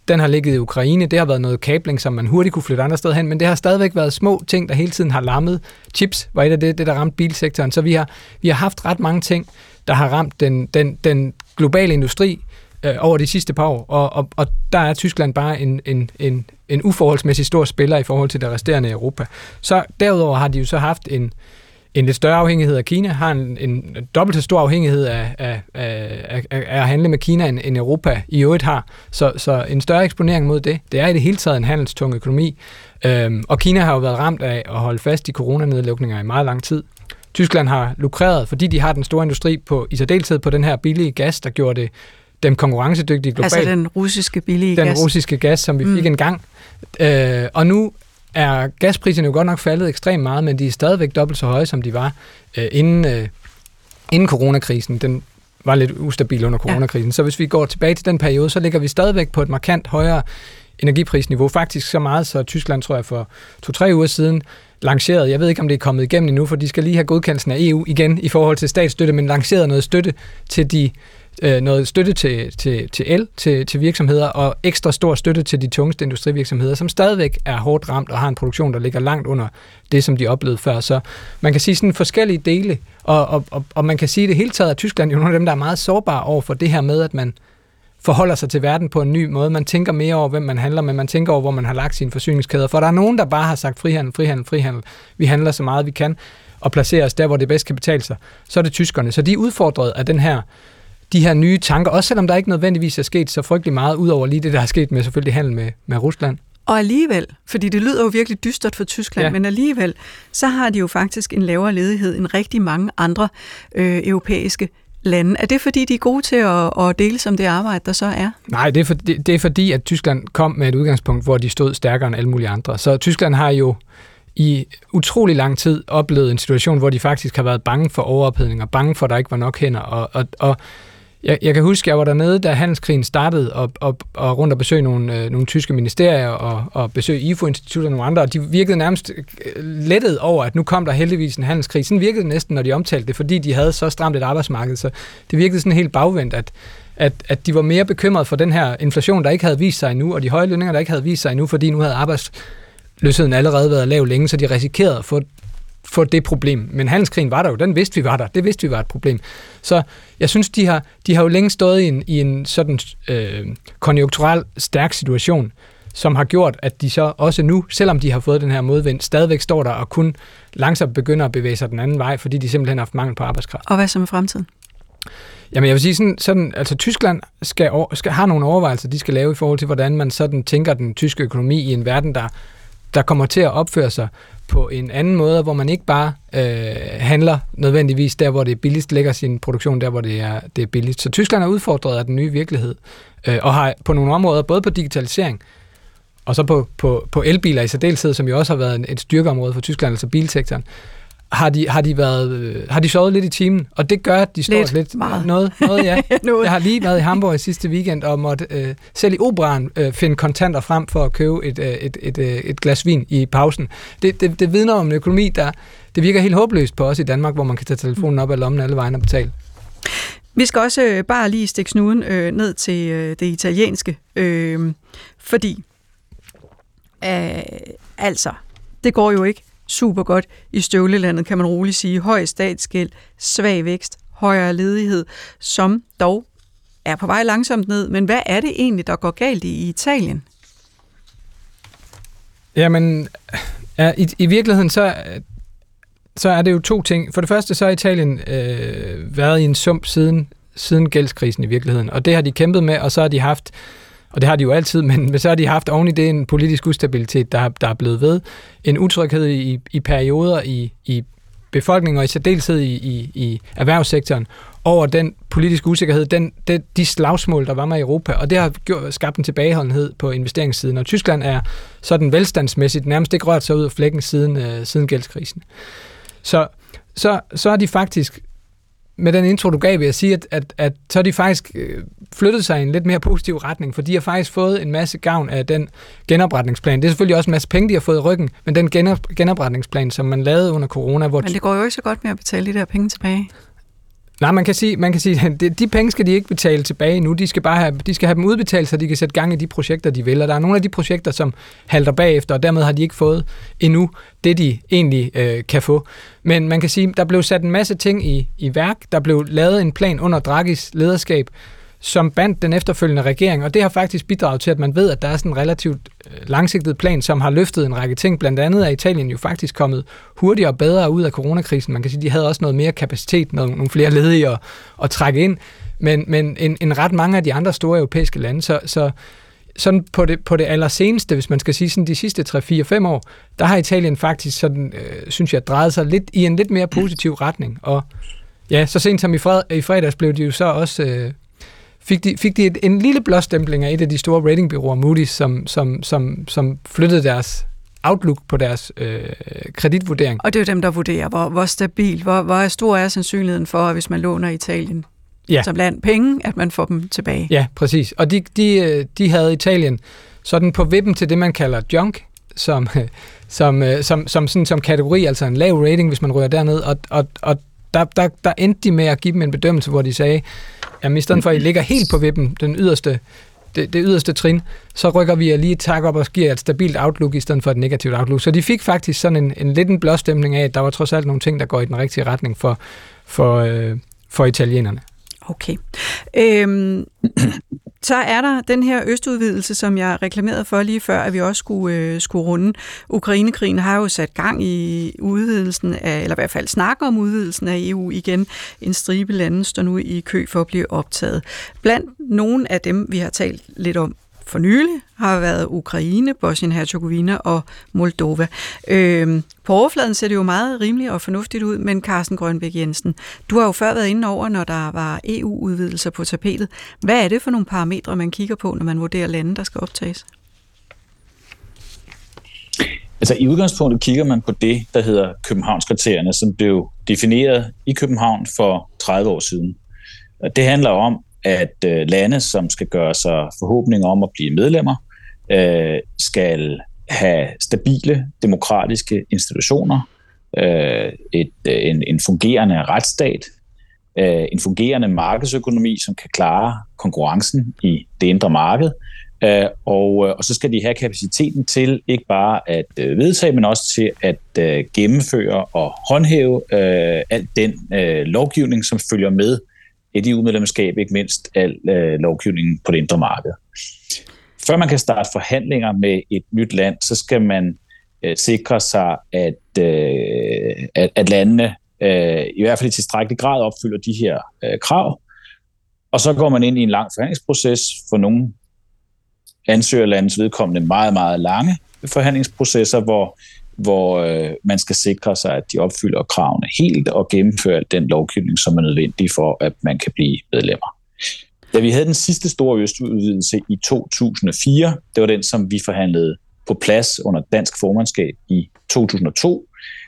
den har ligget i Ukraine. Det har været noget kabling, som man hurtigt kunne flytte andre steder hen, men det har stadigvæk været små ting, der hele tiden har lammet. Chips var et af det der ramte bilsektoren. Så vi har haft ret mange ting, der har ramt den globale industri over de sidste par år, og der er Tyskland bare en uforholdsmæssig stor spiller i forhold til det resterende Europa. Så derudover har de jo så haft en lidt større afhængighed af Kina, har en dobbelt så stor afhængighed af at handle med Kina, end Europa i øvrigt har. Så en større eksponering mod det. Det er i det hele taget en handelstung økonomi. Og Kina har jo været ramt af at holde fast i coronanedlukninger i meget lang tid. Tyskland har lukreret, fordi de har den store industri i særdeleshed på den her billige gas, der gjorde dem konkurrencedygtige globalt. Altså den russiske billige gas. Den russiske gas, som vi fik engang. Og nu er gaspriserne jo godt nok faldet ekstremt meget, men de er stadigvæk dobbelt så høje, som de var inden coronakrisen. Den var lidt ustabil under coronakrisen. Ja. Så hvis vi går tilbage til den periode, så ligger vi stadigvæk på et markant højere energiprisniveau. Faktisk så meget, så Tyskland, tror jeg, for 2-3 uger siden lanceret, jeg ved ikke, om det er kommet igennem endnu, for de skal lige have godkendelsen af EU igen i forhold til statsstøtte, men lanceret noget støtte til noget støtte til el, til virksomheder, og ekstra stor støtte til de tungeste industrivirksomheder, som stadigvæk er hårdt ramt og har en produktion, der ligger langt under det, som de oplevede før. Så man kan sige sådan forskellige dele, og man kan sige det hele taget, at Tyskland er jo nogle af dem, der er meget sårbare over for det her med, at man forholder sig til verden på en ny måde. Man tænker mere over, hvem man handler med, man tænker over, hvor man har lagt sine forsyningskæder, for der er nogen, der bare har sagt frihandel. Vi handler så meget, vi kan, og placerer os der, hvor det bedst kan betale sig. Så er det tyskerne. Så de er udfordret af de her nye tanker, også selvom der ikke nødvendigvis er sket så frygtelig meget, ud over lige det, der er sket med selvfølgelig handel med Rusland. Og alligevel, fordi det lyder jo virkelig dystert for Tyskland, men alligevel, så har de jo faktisk en lavere ledighed end rigtig mange andre europæiske lande. Er det fordi, de er gode til at dele som det arbejde, der så er? Nej, det er fordi, at Tyskland kom med et udgangspunkt, hvor de stod stærkere end alle mulige andre. Så Tyskland har jo i utrolig lang tid oplevet en situation, hvor de faktisk har været bange for overophedning og bange for, at der ikke var nok hænder. Og jeg kan huske, jeg var dernede, da handelskrigen startede, og rundt og besøge nogle tyske ministerier og besøge IFO-institutter og nogle andre, og de virkede nærmest lettet over, at nu kom der heldigvis en handelskrig. Sådan virkede det næsten, når de omtalte det, fordi de havde så stramt et arbejdsmarked, så det virkede sådan helt bagvendt, at de var mere bekymrede for den her inflation, der ikke havde vist sig endnu, og de høje lønninger, der ikke havde vist sig endnu, fordi nu havde arbejdsløsheden allerede været lav længe, så de risikerede at få det problem. Men handelskrigen var der jo, den vidste vi var der. Det vidste vi var et problem. Så jeg synes, de har jo længe stået i en sådan konjunkturel stærk situation, som har gjort, at de så også nu, selvom de har fået den her modvind, stadigvæk står der og kun langsomt begynder at bevæge sig den anden vej, fordi de simpelthen har haft mangel på arbejdskraft. Og hvad så med fremtiden? Jamen jeg vil sige sådan altså Tyskland skal have nogle overvejelser, de skal lave i forhold til, hvordan man sådan tænker den tyske økonomi i en verden, der kommer til at opføre sig på en anden måde, hvor man ikke bare handler nødvendigvis der, hvor det er billigst, lægger sin produktion der, hvor det er billigst. Så Tyskland er udfordret af den nye virkelighed, og har på nogle områder, både på digitalisering, og så på elbiler i særdeleshed, som jo også har været et styrkeområde for Tyskland, altså bilsektoren, har de sovet lidt i timen, og det gør, at de står lidt noget, ja. Jeg har lige været i Hamburg i sidste weekend, og måtte selv i operaen finde kontanter frem for at købe et glas vin i pausen. Det vidner om en økonomi, det virker helt håbløst på os i Danmark, hvor man kan tage telefonen op af lommen alle vejen og betale. Vi skal også bare lige stikke snuden ned til det italienske, fordi altså, det går jo ikke super godt i støvlelandet, kan man roligt sige. Høj statsgæld, svag vækst, højere ledighed, som dog er på vej langsomt ned. Men hvad er det egentlig, der går galt i Italien? Jamen, i virkeligheden så er det jo to ting. For det første så har Italien været i en sump siden gældskrisen i virkeligheden, og det har de kæmpet med, og så har de haft, og det har de jo altid, men så har de haft oven i det en politisk ustabilitet, der er blevet ved. En utryghed i perioder i befolkningen, og i særdeleshed i erhvervssektoren, over den politiske usikkerhed, de slagsmål, der var med Europa, og det har skabt en tilbageholdenhed på investeringssiden. Og Tyskland er sådan velstandsmæssigt nærmest ikke rørt sig ud af flækken siden gældskrisen. Så har de faktisk, med den intro, du gav, vil jeg sige, at så har de faktisk flyttet sig i en lidt mere positiv retning, for de har faktisk fået en masse gavn af den genopretningsplan. Det er selvfølgelig også en masse penge, de har fået i ryggen, men den genopretningsplan, som man lavede under corona... Men det går jo ikke så godt med at betale de der penge tilbage. Nej, man kan sige, at de penge skal de ikke betale tilbage nu. De skal have dem udbetalt, så de kan sætte gang i de projekter, de vil. Og der er nogle af de projekter, som halter bagefter, og dermed har de ikke fået endnu det, de egentlig kan få. Men man kan sige, der blev sat en masse ting i værk. Der blev lavet en plan under Draghis lederskab, som bandt den efterfølgende regering, og det har faktisk bidraget til, at man ved, at der er sådan en relativt langsigtet plan, som har løftet en række ting. Blandt andet er Italien jo faktisk kommet hurtigere og bedre ud af coronakrisen. Man kan sige, de havde også noget mere kapacitet, nogle flere ledige at trække ind, men en ret mange af de andre store europæiske lande. Så sådan på det allerseneste, hvis man skal sige sådan de sidste 3-4-5 år, der har Italien faktisk sådan, synes jeg, drejet sig lidt i en lidt mere positiv retning. Og ja, så sent som i fredags blev de jo så også... Fik de en lille blåstempling af et af de store ratingbureauer, Moody's, som flyttede deres outlook på deres kreditvurdering. Og det er jo dem, der vurderer, hvor stabil, hvor stor er sandsynligheden for, at hvis man låner Italien som land penge, at man får dem tilbage. Ja, præcis. Og de havde Italien sådan på vippen til det, man kalder junk, som kategori, altså en lav rating, hvis man rører derned, og der endte de med at give dem en bedømmelse, hvor de sagde, at i stedet for, at I ligger helt på vippen, det yderste trin, så rykker vi lige et tak op og giver et stabilt outlook i stedet for et negativt outlook. Så de fik faktisk sådan en lidt blåstemning af, at der var trods alt nogle ting, der går i den rigtige retning for italienerne. Okay. Så er der den her østudvidelse, som jeg reklamerede for lige før, at vi også skulle runde. Ukrainekrigen har jo sat gang i udvidelsen af, eller i hvert fald snakker om udvidelsen af EU igen. En stribe lande står nu i kø for at blive optaget. Blandt nogle af dem, vi har talt lidt om for nylig, har været Ukraine, Bosnien-Herzegovina og Moldova. På overfladen ser det jo meget rimeligt og fornuftigt ud, men Carsten Grønbæk Jensen, du har jo før været inde over, når der var EU-udvidelser på tapetet. Hvad er det for nogle parametre, man kigger på, når man vurderer lande, der skal optages? Altså i udgangspunktet kigger man på det, der hedder Københavnskriterierne, som blev defineret i København for 30 år siden. Det handler om, at lande, som skal gøre sig forhåbninger om at blive medlemmer, skal have stabile demokratiske institutioner, en fungerende retsstat, en fungerende markedsøkonomi, som kan klare konkurrencen i det indre marked, og så skal de have kapaciteten til ikke bare at vedtage, men også til at gennemføre og håndhæve al den lovgivning, som følger med et EU-medlemskab, ikke mindst al lovgivningen på det indre marked. Før man kan starte forhandlinger med et nyt land, så skal man sikre sig, at landene i hvert fald i tilstrækkelig grad opfylder de her krav. Og så går man ind i en lang forhandlingsproces, for nogle ansøgerlandes vedkommende meget, meget lange forhandlingsprocesser, hvor man skal sikre sig, at de opfylder kravene helt og gennemfører den lovgivning, som er nødvendig for, at man kan blive medlemmer. Da vi havde den sidste store østudvidelse i 2004, det var den, som vi forhandlede på plads under dansk formandskab i 2002,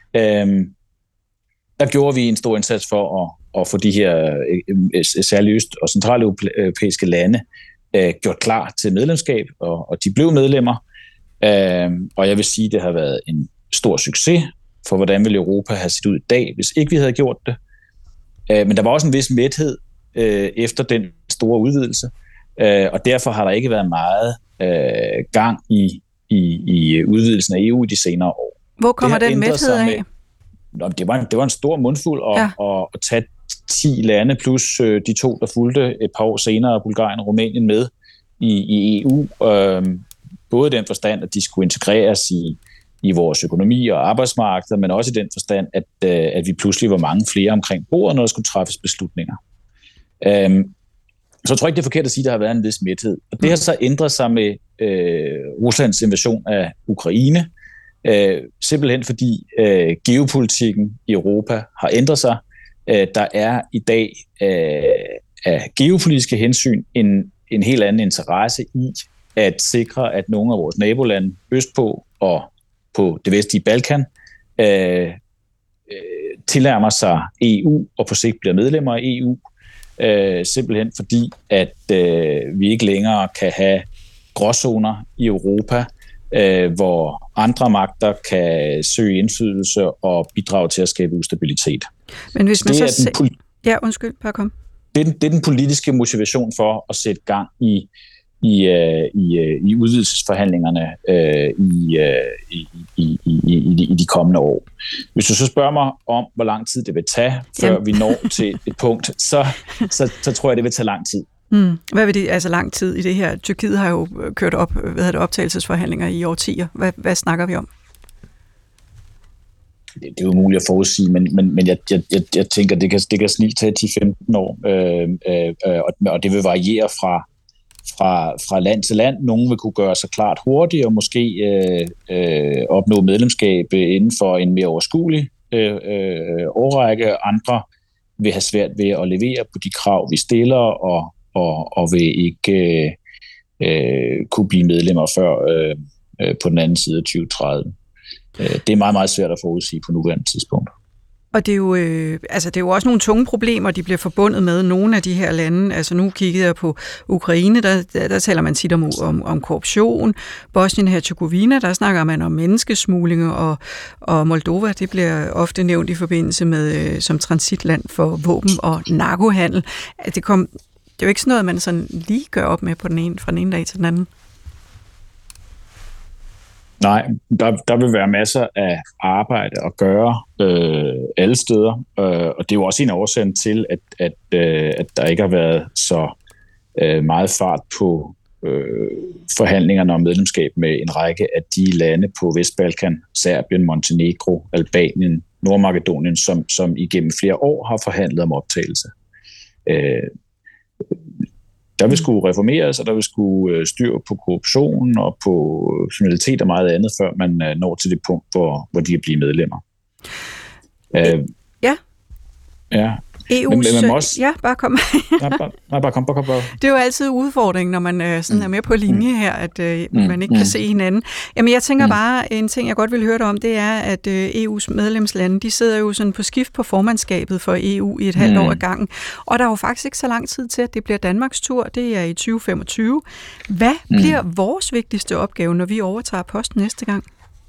der gjorde vi en stor indsats for at få de her særlige øst- og centraleuropæiske lande gjort klar til medlemskab, og de blev medlemmer. Og jeg vil sige, at det har været en stor succes, for hvordan ville Europa have set ud i dag, hvis ikke vi havde gjort det. Men der var også en vis mæthed efter den store udvidelse, og derfor har der ikke været meget gang i udvidelsen af EU i de senere år. Hvor kommer den mæthed af? Det var en stor mundfuld at tage 10 lande plus de 2, der fulgte et par år senere, Bulgarien og Rumænien med i EU. Både i den forstand, at de skulle integreres i vores økonomi og arbejdsmarked, men også i den forstand, at vi pludselig var mange flere omkring bordet, når der skulle træffes beslutninger. Så jeg tror ikke, det er forkert at sige, at der har været en vis mæthed. Og det har så ændret sig med Ruslands invasion af Ukraine, simpelthen fordi geopolitikken i Europa har ændret sig. Der er i dag af geopolitiske hensyn en helt anden interesse i at sikre, at nogle af vores nabolande østpå og på det vestlige Balkan tilnærmer sig EU og på sigt bliver medlemmer af EU, simpelthen fordi, at vi ikke længere kan have gråzoner i Europa, hvor andre magter kan søge indflydelse og bidrage til at skabe ustabilitet. Men hvis man Ja, undskyld, bare kom. Det er den politiske motivation for at sætte gang i udvidelsesforhandlingerne i de kommende år. Hvis du så spørger mig om, hvor lang tid det vil tage, før vi når til et punkt, så tror jeg, det vil tage lang tid. Hvad vil det, altså lang tid i det her? Tyrkiet har jo kørt optagelsesforhandlinger i årtier. Hvad snakker vi om? Det er jo muligt at forudsige, men jeg tænker, det kan snilt tage 10-15 år, og det vil variere fra land til land. Nogle vil kunne gøre sig klart hurtigt, og måske opnå medlemskab inden for en mere overskuelig årrække. Andre vil have svært ved at levere på de krav, vi stiller, og vil ikke kunne blive medlemmer før på den anden side af 2030. Det er meget, meget svært at forudsige på nuværende tidspunkt. Og det er jo, det er jo også nogle tunge problemer, de bliver forbundet med nogle af de her lande. Altså nu kiggede jeg på Ukraine, der taler man tit om korruption. Bosnien-Herzegovina, der snakker man om menneskesmugling, og Moldova, det bliver ofte nævnt i forbindelse med som transitland for våben og narkohandel. Det er jo ikke sådan noget, man sådan lige gør op med fra den ene dag til den anden. Nej, der vil være masser af arbejde at gøre alle steder, og det er jo også en af årsagen til, at der ikke har været så meget fart på forhandlingerne om medlemskab med en række af de lande på Vestbalkan, Serbien, Montenegro, Albanien, Nordmakedonien, som igennem flere år har forhandlet om optagelse. Der vil skulle reformeres, og der vil skulle styr på korruption og på kriminalitet og meget andet, før man når til det punkt, hvor de er blevet medlemmer. Ja. Ja. EU's... Men også... Ja, bare kom. Bare kom. Det er jo altid udfordringen, når man sådan er med på linje her, at man ikke kan se hinanden. Jamen, jeg tænker bare, en ting, jeg godt vil høre dig om, det er, at EU's medlemslande, de sidder jo sådan på skift på formandskabet for EU i et halvt år ad gangen. Og der er jo faktisk ikke så lang tid til, at det bliver Danmarks tur. Det er i 2025. Hvad bliver vores vigtigste opgave, når vi overtager posten næste gang?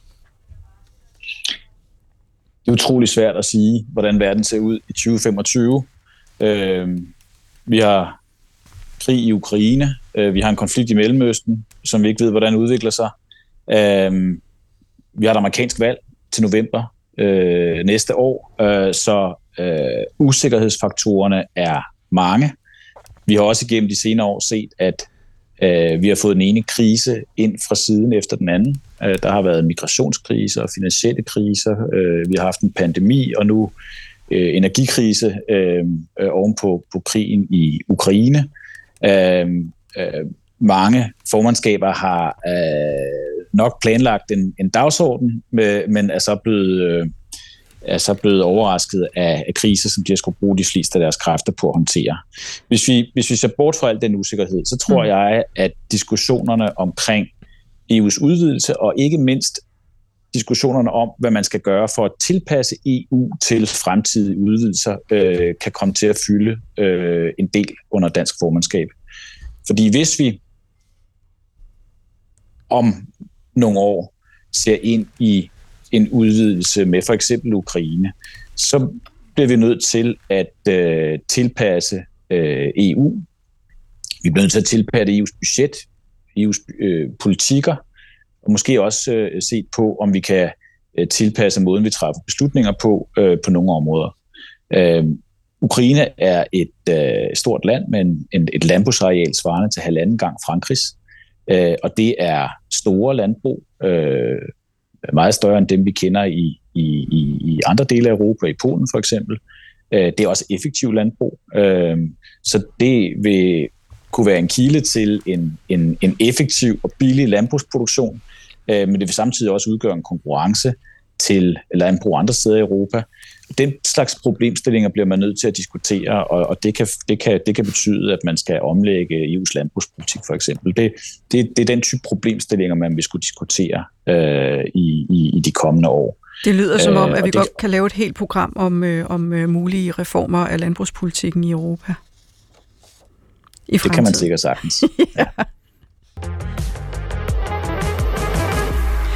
Det er utroligt svært at sige, hvordan verden ser ud i 2025. Vi har krig i Ukraine. Vi har en konflikt i Mellemøsten, som vi ikke ved, hvordan udvikler sig. Vi har et amerikansk valg til november næste år, så usikkerhedsfaktorerne er mange. Vi har også igennem de senere år set, at vi har fået den ene krise ind fra siden efter den anden. Der har været migrationskriser og finansielle kriser. Vi har haft en pandemi, og nu energikrise ovenpå krigen i Ukraine. Mange formandskaber har nok planlagt en dagsorden, men er så blevet overrasket af kriser, som de har skulle bruge de fleste af deres kræfter på at håndtere. Hvis vi ser bort fra al den usikkerhed, så tror jeg, at diskussionerne omkring EU's udvidelse, og ikke mindst diskussionerne om, hvad man skal gøre for at tilpasse EU til fremtidige udvidelser, kan komme til at fylde en del under dansk formandskab. Fordi hvis vi om nogle år ser ind i en udvidelse med for eksempel Ukraine, så bliver vi nødt til at tilpasse EU. Vi bliver nødt til at tilpasse EU's budget, EU's politikker, og måske også set på, om vi kan tilpasse måden, vi træffer beslutninger på nogle områder. Ukraine er et stort land med et landbrugsareal svarende til 1,5 gang Frankrigs, og det er store landbrug, meget større end dem, vi kender i andre dele af Europa, i Polen for eksempel. Det er også effektiv landbrug, så det vil kunne være en kilde til en effektiv og billig landbrugsproduktion, men det vil samtidig også udgøre en konkurrence til landbrug andre steder i Europa. Den slags problemstillinger bliver man nødt til at diskutere, og det kan betyde, at man skal omlægge EU's landbrugspolitik for eksempel. Det er den type problemstillinger, man vil skulle diskutere i de kommende år. Det lyder som om, at vi godt kan lave et helt program om mulige reformer af landbrugspolitikken i Europa. Det kan man sikkert sagtens. Ja.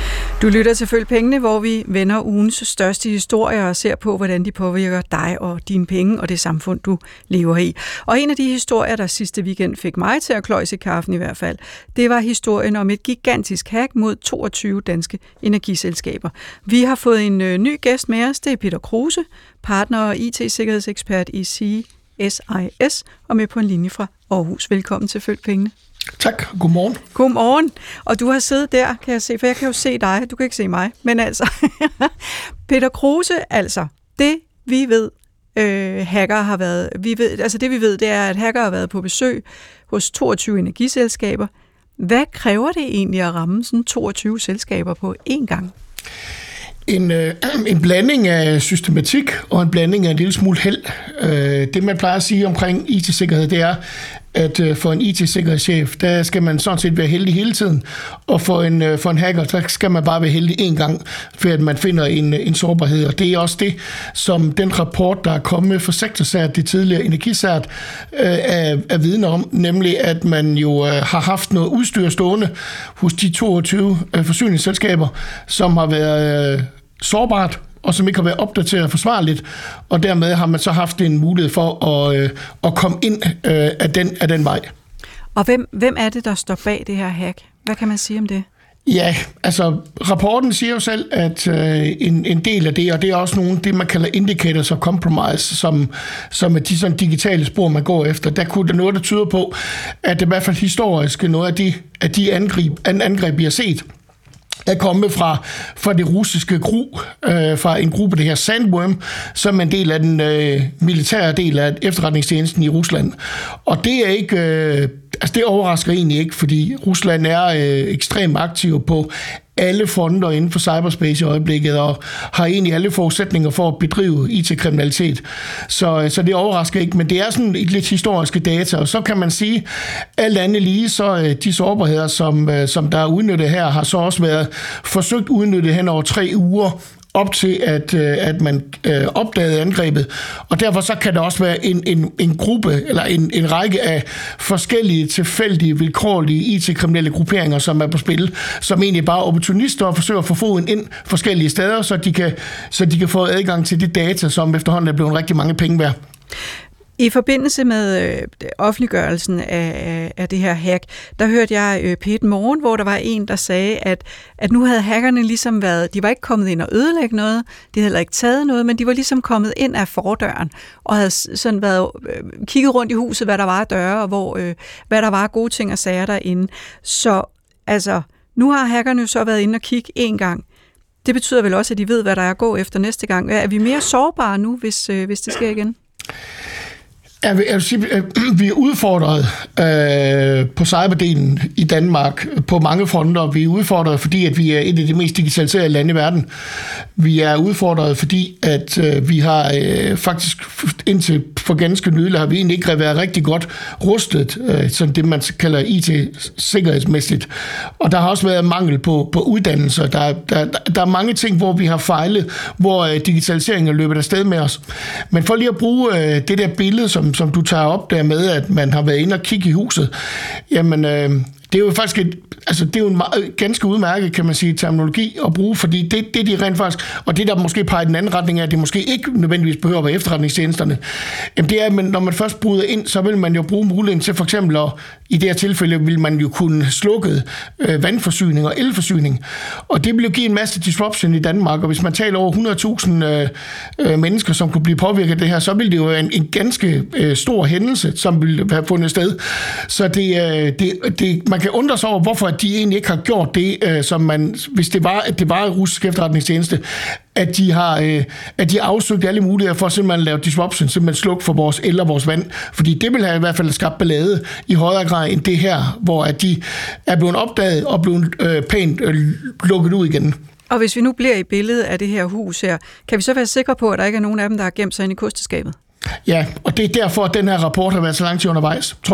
Du lytter til Følg Pengene, hvor vi vender ugens største historier og ser på, hvordan de påvirker dig og dine penge og det samfund, du lever i. Og en af de historier, der sidste weekend fik mig til at kløjse i kaffen i hvert fald, det var historien om et gigantisk hack mod 22 danske energiselskaber. Vi har fået en ny gæst med os, det er Peter Kruse, partner og IT-sikkerhedsekspert i CSIS, og med på en linje fra Aarhus. Velkommen til Følg Pengene. Tak. Godmorgen. Godmorgen. Og du har siddet der, kan jeg se, for jeg kan jo se dig. Du kan ikke se mig. Men altså, Peter Kruse, altså, det vi ved, hacker har været, det er, at hacker har været på besøg hos 22 energiselskaber. Hvad kræver det egentlig at ramme sådan 22 selskaber på én gang? En blanding af systematik og en blanding af en lille smule held. Det man plejer at sige omkring IT-sikkerhed, det er, at for en IT-sikkerhedschef, der skal man sådan set være heldig hele tiden, og for en hacker, der skal man bare være heldig en gang, for at man finder en sårbarhed. Og det er også det, som den rapport, der er kommet fra SektorCERT, det tidligere Energiscert, er vidne om, nemlig at man jo har haft noget udstyr stående hos de 22 forsyningsselskaber, som har været sårbart, og som ikke har været opdateret forsvarligt, og dermed har man så haft en mulighed for at komme ind af den vej. Og hvem er det, der står bag det her hack? Hvad kan man sige om det? Ja, altså rapporten siger jo selv, at en del af det, og det er også nogle det, man kalder indicators of compromise, som er de sådan digitale spor, man går efter. Der kunne der noget, der tyder på, at det i hvert fald historisk noget af de angreb, vi har set, er kommet fra det russiske GRU, fra en gruppe, det her Sandworm, som er en del af den militære del af efterretningstjenesten i Rusland. Og det er ikke, det overrasker egentlig ikke, fordi Rusland er ekstremt aktiv på alle fronter inden for cyberspace i øjeblikket, og har egentlig alle forudsætninger for at bedrive IT-kriminalitet. Så det overrasker ikke, men det er sådan et lidt historiske data, og så kan man sige, alt andet lige, så de sårbarheder, som der er udnyttet her, har så også været forsøgt udnyttet hen over 3 uger, op til, at man opdagede angrebet. Og derfor så kan der også være en gruppe, eller en række af forskellige tilfældige, vilkårlige IT-kriminelle grupperinger, som er på spil, som egentlig bare opportunister og forsøger at få foden ind forskellige steder, så de kan få adgang til de data, som efterhånden er blevet rigtig mange penge værd. I forbindelse med offentliggørelsen af det her hack, der hørte jeg P1 Morgen, hvor der var en, der sagde, at nu havde hackerne ligesom været, de var ikke kommet ind og ødelægge noget, de havde heller ikke taget noget, men de var ligesom kommet ind af fordøren, og havde sådan været kigget rundt i huset, hvad der var af døre, og hvad der var af gode ting og sager derinde. Så altså, nu har hackerne jo så været inde og kigge en gang. Det betyder vel også, at de ved, hvad der er at gå efter næste gang. Er vi mere sårbare nu, hvis det sker igen? Jeg vil sige, vi er udfordret på cyberdelen i Danmark på mange fronter. Vi er udfordret, fordi at vi er et af de mest digitaliserede lande i verden. Vi er udfordret, fordi at vi har faktisk indtil for ganske nylig har vi egentlig ikke været rigtig godt rustet, sådan det man kalder IT-sikkerhedsmæssigt. Og der har også været mangel på uddannelser. Der er mange ting, hvor vi har fejlet, hvor digitaliseringen er løbet af sted med os. Men for lige at bruge det der billede, som du tager op der med, at man har været inde og kigge i huset, jamen det er jo faktisk det er jo en ganske udmærket, kan man sige, terminologi at bruge, fordi det de rent faktisk, og det der måske peger i den anden retning af, at det måske ikke nødvendigvis behøver at være efterretningstjenesterne, jamen det er, at når man først bryder ind, så vil man jo bruge muligheden til for eksempel, og i det her tilfælde vil man jo kunne slukke vandforsyning og elforsyning, og det vil jo give en masse disruption i Danmark, og hvis man taler over 100.000 mennesker, som kunne blive påvirket af det her, så vil det jo være en ganske stor hændelse, som vil have fundet sted. Så man kan undre sig over, hvorfor de egentlig ikke har gjort det, som man, hvis det var russisk efterretningstjeneste, at de har afsøgt alle muligheder for simpelthen at lave disruption, simpelthen slukke for vores el og vores vand, fordi det vil have i hvert fald skabt ballade i højere grad end det her, hvor at de er blevet opdaget og blevet pænt lukket ud igen. Og hvis vi nu bliver i billedet af det her hus her, kan vi så være sikre på, at der ikke er nogen af dem, der har gemt sig ind i kosteskabet? Ja, og det er derfor, at den her rapport har været så lang tid undervejs, tror jeg.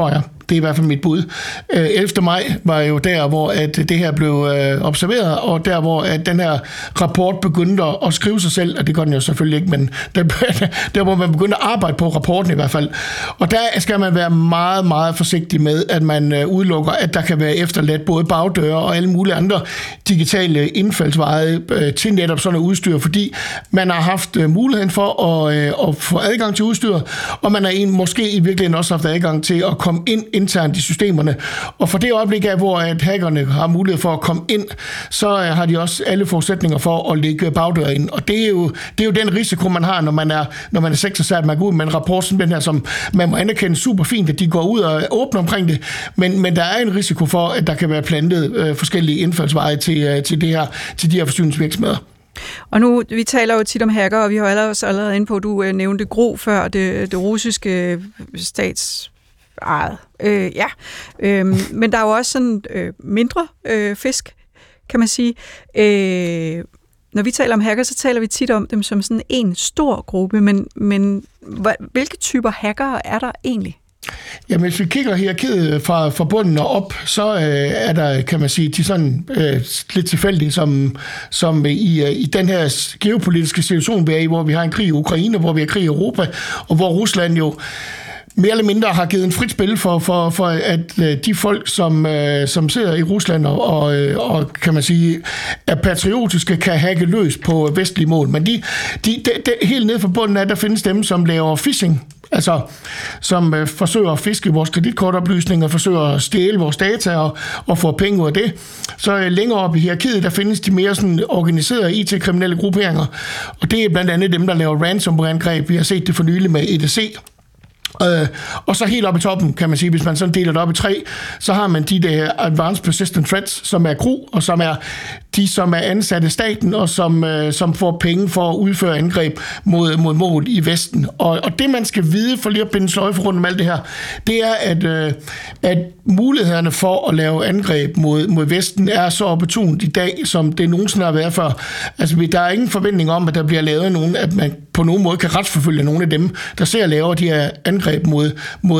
Det er i hvert fald mit bud. 11. maj var jo der, hvor at det her blev observeret, og der, hvor at den her rapport begyndte at skrive sig selv, og det gør den jo selvfølgelig ikke, men der hvor man begyndte at arbejde på rapporten i hvert fald. Og der skal man være meget, meget forsigtig med, at man udelukker, at der kan være efterladt både bagdøre og alle mulige andre digitale indfaldsveje til netop sådan et udstyr, fordi man har haft muligheden for at få adgang til udstyret, og man har måske i virkeligheden også haft adgang til at komme ind internt i systemerne. Og for det øjeblik af, hvor at hackerne har mulighed for at komme ind, så har de også alle forudsætninger for at lægge bagdøre ind. Og det er jo den risiko, man har, når man er sektorsat. Man går ud med en rapport som den her, som man må anerkende super fint, at de går ud og åbner omkring det. Men der er en risiko for, at der kan være plantet forskellige indfaldsveje til de her forsyningsvirksomheder. Og nu, vi taler jo tit om hacker, og vi har allerede inde på, at du nævnte Gro før, det russiske statsejet. Men der er jo også sådan mindre fisk, kan man sige. Når vi taler om hacker, så taler vi tit om dem som sådan en stor gruppe, men hvilke typer hackere er der egentlig? Jamen, hvis vi kigger hierarkiet fra bunden og op, så er der, kan man sige, de sådan lidt tilfældige, som i den her geopolitiske situation, vi er i, hvor vi har en krig i Ukraine, hvor vi har krig i Europa, og hvor Rusland jo mere eller mindre har givet en frit spil for at de folk, som sidder i Rusland og kan man sige, er patriotiske, kan hacke løs på vestlige mål. Men de helt nede fra bunden af, der findes dem, som laver phishing, altså som forsøger at fiske vores kreditkortoplysninger, forsøger at stjæle vores data og få penge ud af det. Så længere op i hierarkiet, der findes de mere sådan organiserede IT-kriminelle grupperinger, og det er blandt andet dem, der laver ransomware-angreb. Vi har set det for nylig med EDC. Og så helt oppe i toppen, kan man sige, hvis man sådan deler det op i 3, så har man de der Advanced Persistent Threats, som er GRU, og som er de, som er ansat i staten, og som får penge for at udføre angreb mod mål i Vesten. Og det, man skal vide, for lige at binde sløjfe rundt om alt det her, det er, at mulighederne for at lave angreb mod Vesten er så opportunt i dag, som det nogensinde har været før. Altså, der er ingen forventning om, at der bliver lavet nogen, at man på nogen måde kan retsforfølge nogle af dem, der ser laver de her angreb mod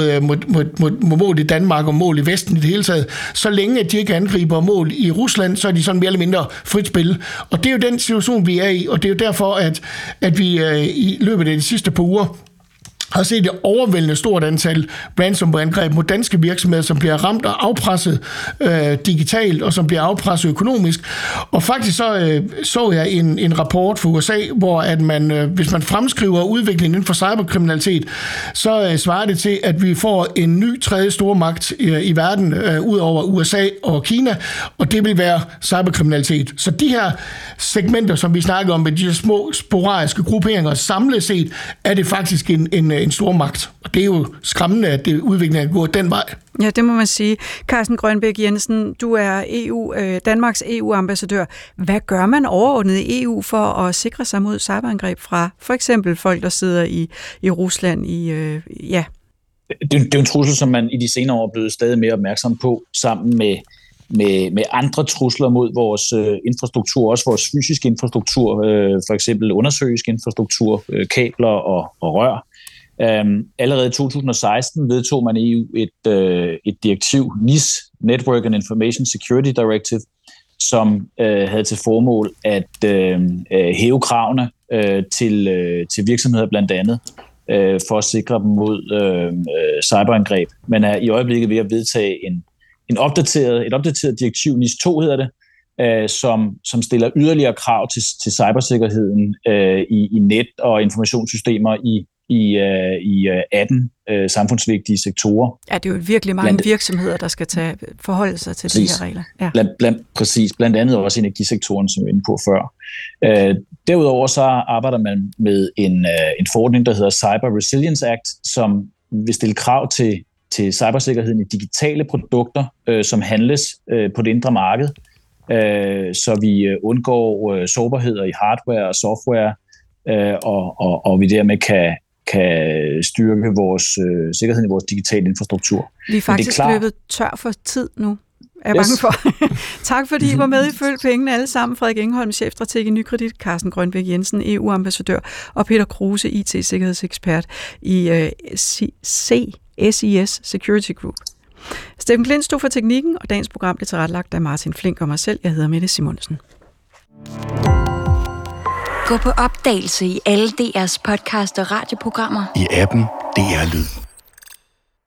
mål i Danmark og mål i Vesten i det hele taget. Så længe at de ikke angriber mål i Rusland, så er de sådan mere eller mindre frit spil. Og det er jo den situation, vi er i, og det er jo derfor, at vi i løbet af de sidste par uger har set et overvældende stort antal ransomware-angreb mod danske virksomheder, som bliver ramt og afpresset digitalt, og som bliver afpresset økonomisk. Og faktisk så jeg en rapport fra USA, hvor at man, hvis man fremskriver udviklingen inden for cyberkriminalitet, så svarer det til, at vi får en ny tredje stormagt i verden, ud over USA og Kina, og det vil være cyberkriminalitet. Så de her segmenter, som vi snakker om med de her små sporadiske grupperinger, samlet set, er det faktisk en stor magt. Og det er jo skræmmende, at udviklingen er gået den vej. Ja, det må man sige. Carsten Grønbæk Jensen, du er Danmarks EU-ambassadør. Hvad gør man overordnet i EU for at sikre sig mod cyberangreb fra for eksempel folk, der sidder i Rusland? Det er en trussel, som man i de senere år er blevet stadig mere opmærksom på, sammen med andre trusler mod vores infrastruktur, også vores fysiske infrastruktur, for eksempel undersøisk infrastruktur, kabler og rør. Allerede i 2016 vedtog man i EU et direktiv, NIS, Network and Information Security Directive, som havde til formål at hæve kravene til virksomheder blandt andet, for at sikre dem mod cyberangreb. Man er i øjeblikket ved at vedtage et opdateret direktiv, NIS 2 hedder det, som stiller yderligere krav til cybersikkerheden i net- og informationssystemer i 18 samfundsvigtige sektorer. Ja, det er jo virkelig mange virksomheder, der skal forholde sig til de her regler. Ja. Blandt andet også energisektoren, som vi var inde på før. Derudover så arbejder man med en forordning, der hedder Cyber Resilience Act, som vil stille krav til cybersikkerheden i digitale produkter, som handles på det indre marked, så vi undgår sårbarheder i hardware og software, og vi dermed kan styrke vores sikkerhed i vores digitale infrastruktur. Vi er faktisk løbet tør for tid nu, er jeg bange for. Tak fordi I var med i Følg Pengene alle sammen. Frederik Engholm, chefstrateg i Nykredit, Carsten Grønbæk Jensen, EU-ambassadør, og Peter Kruse, IT-sikkerhedsekspert i SIS Security Group. Steffen Klint stod for teknikken, og dagens program blev tilrettelagt af Martin Flink og mig selv. Jeg hedder Mette Simonsen. Gå på opdagelse i alle DR's podcast og radioprogrammer. I appen DR Lyd.